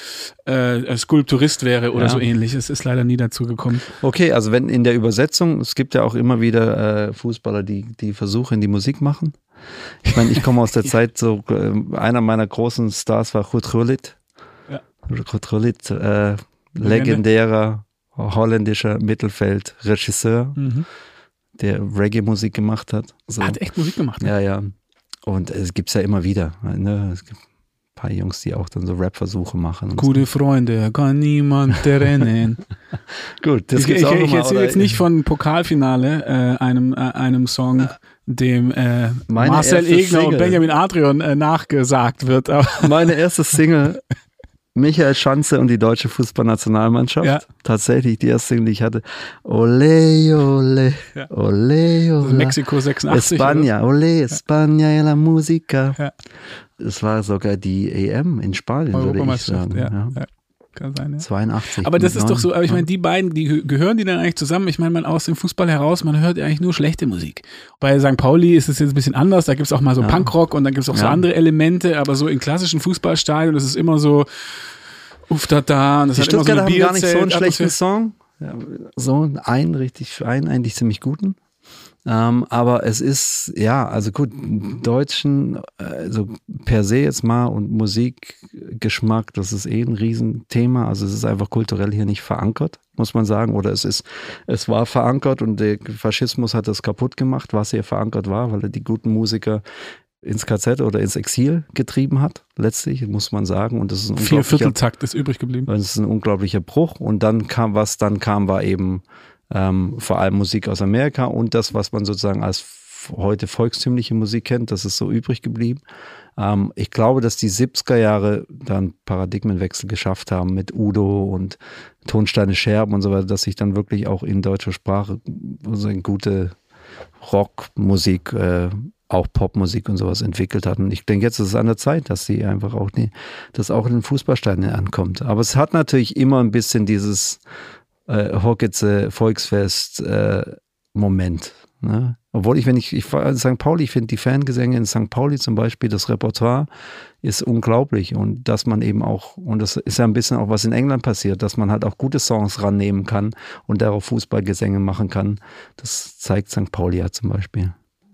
äh, Skulpturist wäre oder ja. so ähnlich. Es ist leider nie dazu gekommen. Okay, also wenn in der Übersetzung, es gibt ja auch immer wieder äh, Fußballer, die die Versuche in die Musik machen. Ich meine, ich komme aus der Zeit, so äh, einer meiner großen Stars war Ruud Gullit. Ja. Ruud Gullit, äh, legendärer holländischer Mittelfeldregisseur, mhm. der Reggae-Musik gemacht hat. So. Er hat echt Musik gemacht. Ne? Ja, ja. Und es gibt es ja immer wieder. Ne? Es gibt ein paar Jungs, die auch dann so Rap-Versuche machen. Gute so. Freunde, kann niemand rennen. Gut, das ich, gibt's ich, auch ich mal, erzähle jetzt nicht von Pokalfinale, äh, einem, äh, einem Song, dem äh, Marcel Egner Single. Und Benjamin Adrian äh, nachgesagt wird. Meine erste Single, Michael Schanze und die deutsche Fußballnationalmannschaft. Ja. Tatsächlich die erste Single, die ich hatte. Ole, ole, ja. ole, ole. Mexiko sechsundachtzig. España, ole, España la música. Ja. Es war sogar die E M in Spanien, würde ich sagen. Ja. Ja. Ja. Kann sein, ja. zweiundachtzig. Aber das ist doch so, aber ich meine, die beiden, die gehören die dann eigentlich zusammen? Ich meine, man aus dem Fußball heraus, man hört eigentlich nur schlechte Musik. Bei Sankt Pauli ist es jetzt ein bisschen anders, da gibt es auch mal so ja. Punkrock und dann gibt es auch ja. so andere Elemente, aber so in klassischen Fußballstadien, das ist immer so uff da da. Und das die hat immer so eine haben gar nicht so einen schlechten Song. Ja, so einen richtig, einen eigentlich ziemlich guten. Ähm, aber es ist, ja, also gut, Deutschen, also per se jetzt mal und Musikgeschmack, das ist eh ein Riesenthema. Also es ist einfach kulturell hier nicht verankert, muss man sagen. Oder es ist, es war verankert und der Faschismus hat das kaputt gemacht, was hier verankert war, weil er die guten Musiker ins K Z oder ins Exil getrieben hat, letztlich, muss man sagen. Und das ist ein Vier Vierteltakt ist übrig geblieben. Das ist ein unglaublicher Bruch. Und dann kam, was dann kam, war eben Ähm, vor allem Musik aus Amerika und das, was man sozusagen als f- heute volkstümliche Musik kennt, das ist so übrig geblieben. Ähm, ich glaube, dass die siebziger Jahre dann Paradigmenwechsel geschafft haben mit Udo und Tonsteine Scherben und so weiter, dass sich dann wirklich auch in deutscher Sprache so eine gute Rockmusik, äh, auch Popmusik und sowas entwickelt hat. Und ich denke, jetzt ist es an der Zeit, dass sie einfach auch, die, dass auch in den Fußballstadien ankommt. Aber es hat natürlich immer ein bisschen dieses Äh, Hockitze Volksfest äh, Moment. Ne? Obwohl ich, wenn ich, ich war in Sankt Pauli, ich finde die Fangesänge in Sankt Pauli zum Beispiel, das Repertoire ist unglaublich und dass man eben auch, und das ist ja ein bisschen auch was in England passiert, dass man halt auch gute Songs rannehmen kann und darauf Fußballgesänge machen kann, das zeigt Sankt Pauli ja zum Beispiel.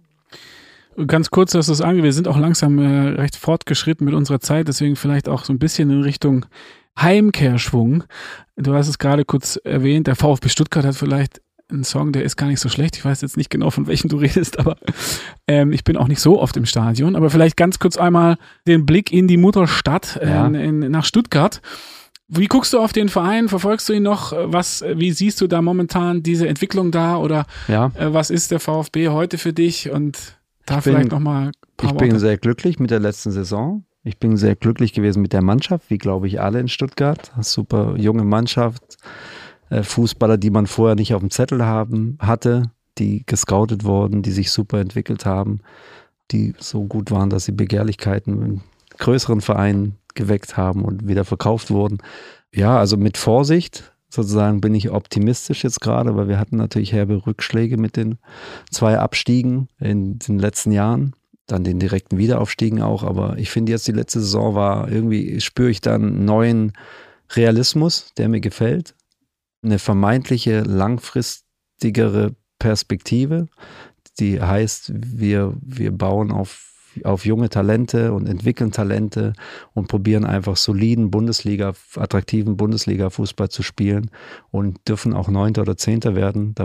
Ganz kurz, dass das angeht, wir sind auch langsam äh, recht fortgeschritten mit unserer Zeit, deswegen vielleicht auch so ein bisschen in Richtung Heimkehrschwung. Du hast es gerade kurz erwähnt, der VfB Stuttgart hat vielleicht einen Song, der ist gar nicht so schlecht. Ich weiß jetzt nicht genau, von welchem du redest, aber ähm, ich bin auch nicht so oft im Stadion. Aber vielleicht ganz kurz einmal den Blick in die Mutterstadt, äh, ja. in, in, nach Stuttgart. Wie guckst du auf den Verein? Verfolgst du ihn noch? Was, wie siehst du da momentan diese Entwicklung da? Oder ja. äh, was ist der VfB heute für dich? Und da ich vielleicht nochmal ein paar Ich Worte. bin sehr glücklich mit der letzten Saison. Ich bin sehr glücklich gewesen mit der Mannschaft, wie glaube ich alle in Stuttgart. Super junge Mannschaft, Fußballer, die man vorher nicht auf dem Zettel haben hatte, die gescoutet wurden, die sich super entwickelt haben, die so gut waren, dass sie Begehrlichkeiten in größeren Vereinen geweckt haben und wieder verkauft wurden. Ja, also mit Vorsicht sozusagen bin ich optimistisch jetzt gerade, weil wir hatten natürlich herbe Rückschläge mit den zwei Abstiegen in den letzten Jahren. Dann den direkten Wiederaufstiegen auch, aber ich finde jetzt die letzte Saison war irgendwie, spüre ich dann einen neuen Realismus, der mir gefällt, eine vermeintliche langfristigere Perspektive, die heißt, wir, wir bauen auf, auf junge Talente und entwickeln Talente und probieren einfach soliden Bundesliga, attraktiven Bundesliga-Fußball zu spielen und dürfen auch Neunter oder Zehnter werden. Dabei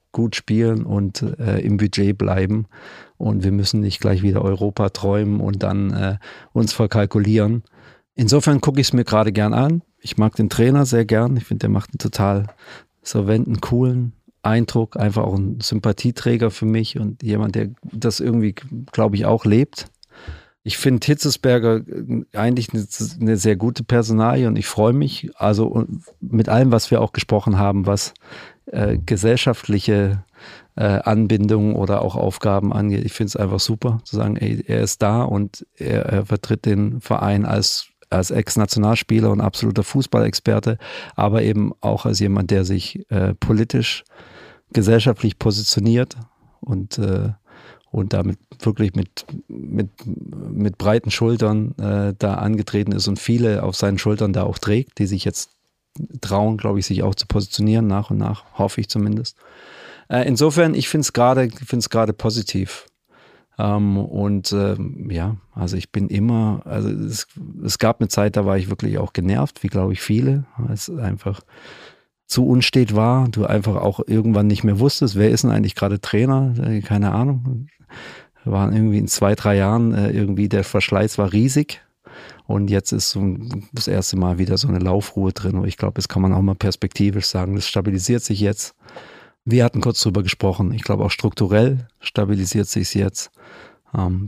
gut spielen und äh, im Budget bleiben. Und wir müssen nicht gleich wieder Europa träumen und dann äh, uns verkalkulieren. Insofern gucke ich es mir gerade gern an. Ich mag den Trainer sehr gern. Ich finde, der macht einen total solventen, coolen Eindruck. Einfach auch ein Sympathieträger für mich und jemand, der das irgendwie, glaube ich, auch lebt. Ich finde Hitzelsberger eigentlich eine, eine sehr gute Personalie und ich freue mich, also mit allem, was wir auch gesprochen haben, was äh, gesellschaftliche äh, Anbindungen oder auch Aufgaben angeht. Ich finde es einfach super, zu sagen, ey, er ist da und er, er vertritt den Verein als, als Ex-Nationalspieler und absoluter Fußballexperte, aber eben auch als jemand, der sich äh, politisch, gesellschaftlich positioniert und äh, und damit wirklich mit, mit, mit breiten Schultern äh, da angetreten ist und viele auf seinen Schultern da auch trägt, die sich jetzt trauen, glaube ich, sich auch zu positionieren, nach und nach, hoffe ich zumindest. Äh, insofern, ich finde es gerade finde es gerade positiv. Ähm, und äh, ja, also ich bin immer, also es, es gab eine Zeit, da war ich wirklich auch genervt, wie glaube ich viele, weil es einfach zu unstet war, du einfach auch irgendwann nicht mehr wusstest, wer ist denn eigentlich gerade Trainer, keine Ahnung. Waren irgendwie in zwei, drei Jahren äh, irgendwie der Verschleiß war riesig und jetzt ist so das erste Mal wieder so eine Laufruhe drin und ich glaube, das kann man auch mal perspektivisch sagen, das stabilisiert sich jetzt. Wir hatten kurz drüber gesprochen, ich glaube auch strukturell stabilisiert sich es jetzt. Ähm,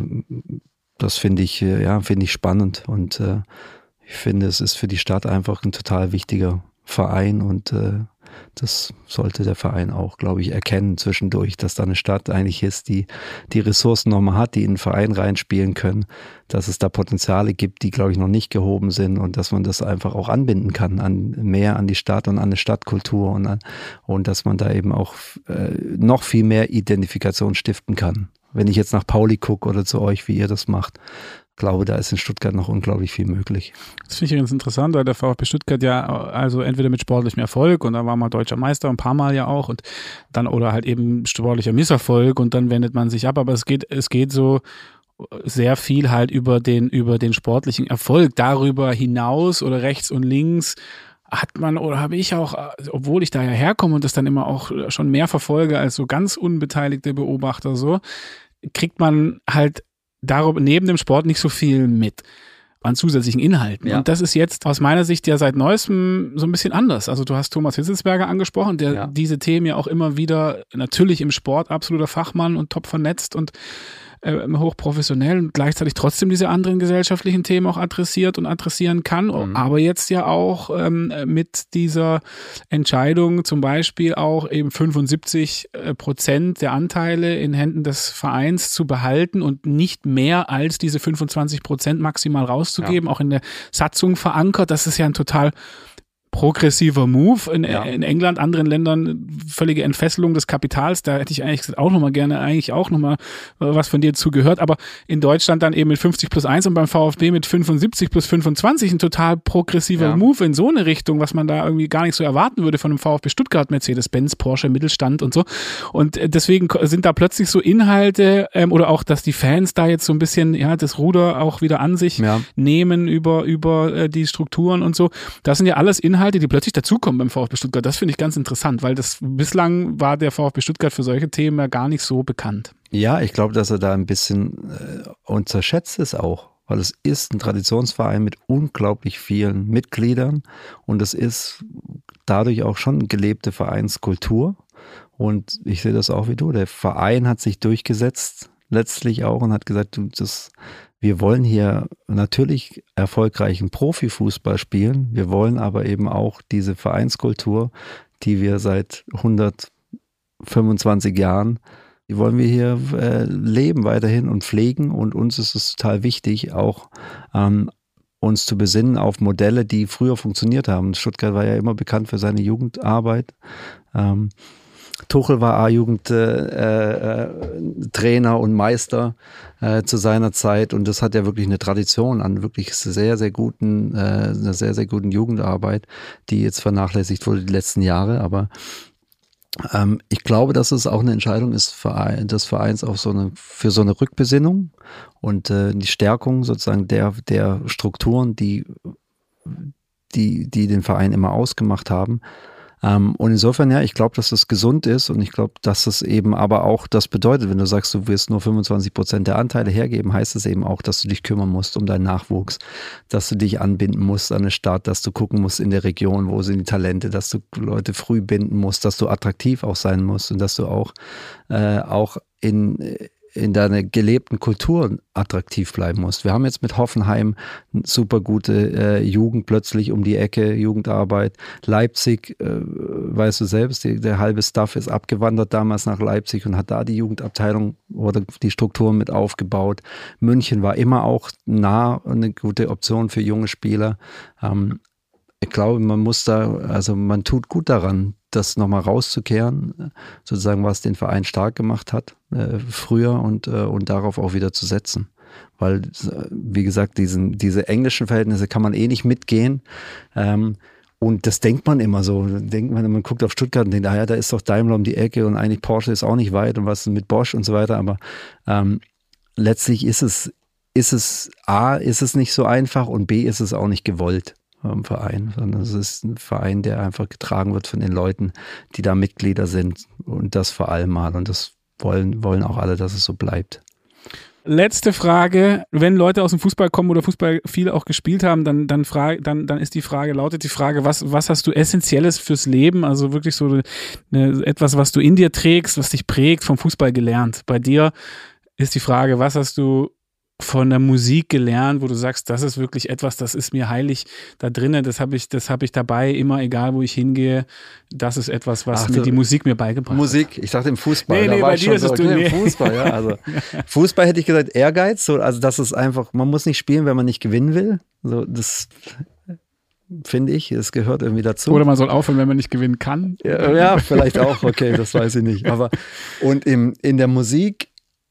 das finde ich, ja, finde ich spannend und äh, ich finde, es ist für die Stadt einfach ein total wichtiger Verein und äh, das sollte der Verein auch, glaube ich, erkennen zwischendurch, dass da eine Stadt eigentlich ist, die die Ressourcen nochmal hat, die in den Verein reinspielen können, dass es da Potenziale gibt, die, glaube ich, noch nicht gehoben sind und dass man das einfach auch anbinden kann, an mehr an die Stadt und an eine Stadtkultur und, an, und dass man da eben auch äh, noch viel mehr Identifikation stiften kann. Wenn ich jetzt nach Pauli gucke oder zu euch, wie ihr das macht, glaube, da ist in Stuttgart noch unglaublich viel möglich. Das finde ich ganz interessant, weil der VfB Stuttgart ja also entweder mit sportlichem Erfolg und dann war man deutscher Meister ein paar Mal ja auch und dann oder halt eben sportlicher Misserfolg und dann wendet man sich ab, aber es geht, es geht so sehr viel halt über den, über den sportlichen Erfolg. Darüber hinaus oder rechts und links hat man oder habe ich auch, obwohl ich da ja herkomme und das dann immer auch schon mehr verfolge als so ganz unbeteiligte Beobachter so, kriegt man halt darüber neben dem Sport nicht so viel mit an zusätzlichen Inhalten. Ja. Und das ist jetzt aus meiner Sicht ja seit Neuestem so ein bisschen anders. Also du hast Thomas Hitzelsberger angesprochen, der ja. diese Themen ja auch immer wieder natürlich im Sport absoluter Fachmann und top vernetzt und äh, hochprofessionell und gleichzeitig trotzdem diese anderen gesellschaftlichen Themen auch adressiert und adressieren kann. Mhm. Aber jetzt ja auch ähm, mit dieser Entscheidung zum Beispiel auch eben fünfundsiebzig Prozent der Anteile in Händen des Vereins zu behalten und nicht mehr als diese fünfundzwanzig Prozent maximal rauszugeben, ja. auch in der Satzung verankert. Das ist ja ein total progressiver Move. In, ja. in England, anderen Ländern völlige Entfesselung des Kapitals. Da hätte ich eigentlich gesagt, auch nochmal gerne eigentlich auch nochmal was von dir zugehört. Aber in Deutschland dann eben mit fünfzig plus eins und beim VfB mit fünfundsiebzig plus fünfundzwanzig ein total progressiver ja. Move in so eine Richtung, was man da irgendwie gar nicht so erwarten würde von einem VfB Stuttgart, Mercedes-Benz, Porsche, Mittelstand und so. Und deswegen sind da plötzlich so Inhalte ähm, oder auch, dass die Fans da jetzt so ein bisschen ja das Ruder auch wieder an sich ja. nehmen über, über äh, die Strukturen und so. Das sind ja alles Inhalte, die plötzlich dazukommen beim VfB Stuttgart. Das finde ich ganz interessant, weil das bislang war der VfB Stuttgart für solche Themen ja gar nicht so bekannt. Ja, ich glaube, dass er da ein bisschen äh, unterschätzt ist auch, weil es ist ein Traditionsverein mit unglaublich vielen Mitgliedern und es ist dadurch auch schon gelebte Vereinskultur und ich sehe das auch wie du. Der Verein hat sich durchgesetzt letztlich auch und hat gesagt, du, das wir wollen hier natürlich erfolgreichen Profifußball spielen. Wir wollen aber eben auch diese Vereinskultur, die wir seit hundertfünfundzwanzig Jahren, die wollen wir hier äh, leben weiterhin und pflegen. Und uns ist es total wichtig, auch ähm, uns zu besinnen auf Modelle, die früher funktioniert haben. Stuttgart war ja immer bekannt für seine Jugendarbeit. Ähm, Tuchel war A-Jugend-Trainer äh, äh, und Meister äh, zu seiner Zeit und das hat ja wirklich eine Tradition an wirklich sehr, sehr guten, äh, einer sehr, sehr guten Jugendarbeit, die jetzt vernachlässigt wurde die letzten Jahre, aber ähm, ich glaube, dass es auch eine Entscheidung ist Verein, des Vereins auf so eine, für so eine Rückbesinnung und äh, die Stärkung sozusagen der, der Strukturen, die, die, die den Verein immer ausgemacht haben. Ähm, und insofern, ja, ich glaube, dass das gesund ist und ich glaube, dass es eben aber auch das bedeutet, wenn du sagst, du wirst nur fünfundzwanzig Prozent der Anteile hergeben, heißt es eben auch, dass du dich kümmern musst um deinen Nachwuchs, dass du dich anbinden musst an eine Stadt, dass du gucken musst in der Region, wo sind die Talente, dass du Leute früh binden musst, dass du attraktiv auch sein musst und dass du auch, äh, auch in in deiner gelebten Kultur attraktiv bleiben musst. Wir haben jetzt mit Hoffenheim eine super gute äh, Jugend plötzlich um die Ecke, Jugendarbeit. Leipzig, äh, weißt du selbst, die, der halbe Staff ist abgewandert damals nach Leipzig und hat da die Jugendabteilung oder die Strukturen mit aufgebaut. München war immer auch nah eine gute Option für junge Spieler. Ähm, ich glaube, man muss da, also man tut gut daran, das nochmal rauszukehren, sozusagen, was den Verein stark gemacht hat, äh, früher und, äh, und darauf auch wieder zu setzen. Weil, wie gesagt, diesen, diese englischen Verhältnisse kann man eh nicht mitgehen. Ähm, und das denkt man immer so. Denkt man, man guckt auf Stuttgart und denkt, ah ja, da ist doch Daimler um die Ecke und eigentlich Porsche ist auch nicht weit und was mit Bosch und so weiter. Aber ähm, letztlich ist es, ist es, A, ist es nicht so einfach und B, ist es auch nicht gewollt. Im Verein, sondern es ist ein Verein, der einfach getragen wird von den Leuten, die da Mitglieder sind und das vor allem mal und das wollen, wollen auch alle, dass es so bleibt. Letzte Frage, wenn Leute aus dem Fußball kommen oder Fußball viel auch gespielt haben, dann, dann, frage, dann, dann ist die Frage, lautet die Frage, was, was hast du Essentielles fürs Leben, also wirklich so eine, etwas, was du in dir trägst, was dich prägt, vom Fußball gelernt? Bei dir ist die Frage, was hast du von der Musik gelernt, wo du sagst, das ist wirklich etwas, das ist mir heilig da drinnen, das habe ich, das habe ich dabei, immer egal, wo ich hingehe, das ist etwas, was Ach, mir die Musik mir beigebracht Musik, hat. ich dachte im Fußball. Nee, da nee, war bei ich dir schon ist so, es du, okay, nee. im Fußball, ja, also Fußball hätte ich gesagt Ehrgeiz, so, also das ist einfach, man muss nicht spielen, wenn man nicht gewinnen will, so, das finde ich, es gehört irgendwie dazu. Oder man soll aufhören, wenn man nicht gewinnen kann. Ja, ja, vielleicht auch, okay, das weiß ich nicht, aber und im, in der Musik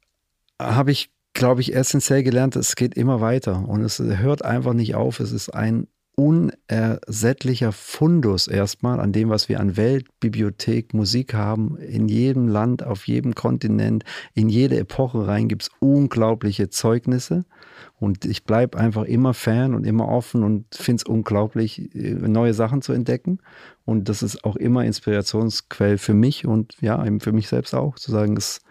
habe ich glaube ich, essentiell gelernt, es geht immer weiter und es hört einfach nicht auf. Es ist ein unersättlicher Fundus erstmal an dem, was wir an Welt, Bibliothek, Musik haben. In jedem Land, auf jedem Kontinent, in jede Epoche rein gibt es unglaubliche Zeugnisse und ich bleibe einfach immer Fan und immer offen und finde es unglaublich, neue Sachen zu entdecken und das ist auch immer Inspirationsquelle für mich und ja, eben für mich selbst auch, zu sagen, es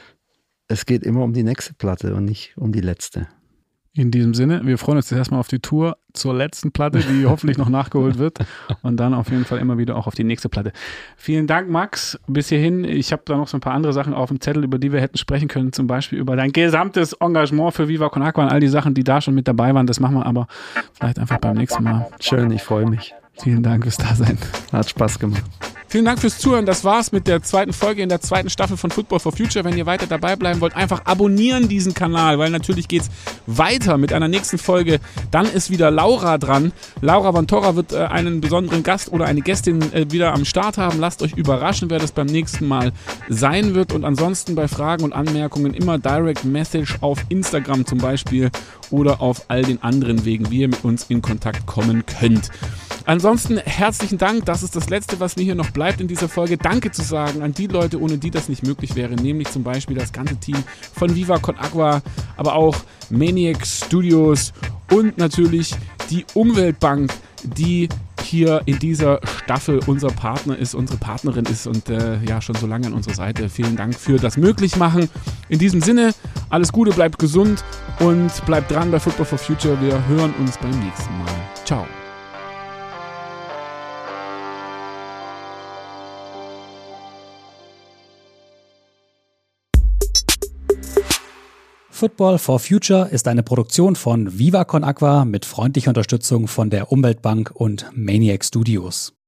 Es geht immer um die nächste Platte und nicht um die letzte. In diesem Sinne, wir freuen uns jetzt erstmal auf die Tour zur letzten Platte, die hoffentlich noch nachgeholt wird und dann auf jeden Fall immer wieder auch auf die nächste Platte. Vielen Dank, Max, bis hierhin. Ich habe da noch so ein paar andere Sachen auf dem Zettel, über die wir hätten sprechen können, zum Beispiel über dein gesamtes Engagement für Viva Con Agua und all die Sachen, die da schon mit dabei waren. Das machen wir aber vielleicht einfach beim nächsten Mal. Schön, ich freue mich. Vielen Dank fürs Dasein. Hat Spaß gemacht. Vielen Dank fürs Zuhören. Das war's mit der zweiten Folge in der zweiten Staffel von Football for Future. Wenn ihr weiter dabei bleiben wollt, einfach abonnieren diesen Kanal, weil natürlich geht's weiter mit einer nächsten Folge. Dann ist wieder Laura dran. Laura Vantora wird äh, einen besonderen Gast oder eine Gästin äh, wieder am Start haben. Lasst euch überraschen, wer das beim nächsten Mal sein wird. Und ansonsten bei Fragen und Anmerkungen immer Direct Message auf Instagram zum Beispiel oder auf all den anderen Wegen, wie ihr mit uns in Kontakt kommen könnt. Ansonsten herzlichen Dank, das ist das Letzte, was mir hier noch bleibt in dieser Folge. Danke zu sagen an die Leute, ohne die das nicht möglich wäre, nämlich zum Beispiel das ganze Team von Viva Con Agua, aber auch Maniac Studios und natürlich die Umweltbank, die hier in dieser Staffel unser Partner ist, unsere Partnerin ist und äh, ja schon so lange an unserer Seite. Vielen Dank für das Möglichmachen. In diesem Sinne, alles Gute, bleibt gesund und bleibt dran bei Football for Future. Wir hören uns beim nächsten Mal. Ciao. Football for Future ist eine Produktion von Viva Con Agua mit freundlicher Unterstützung von der Umweltbank und Maniac Studios.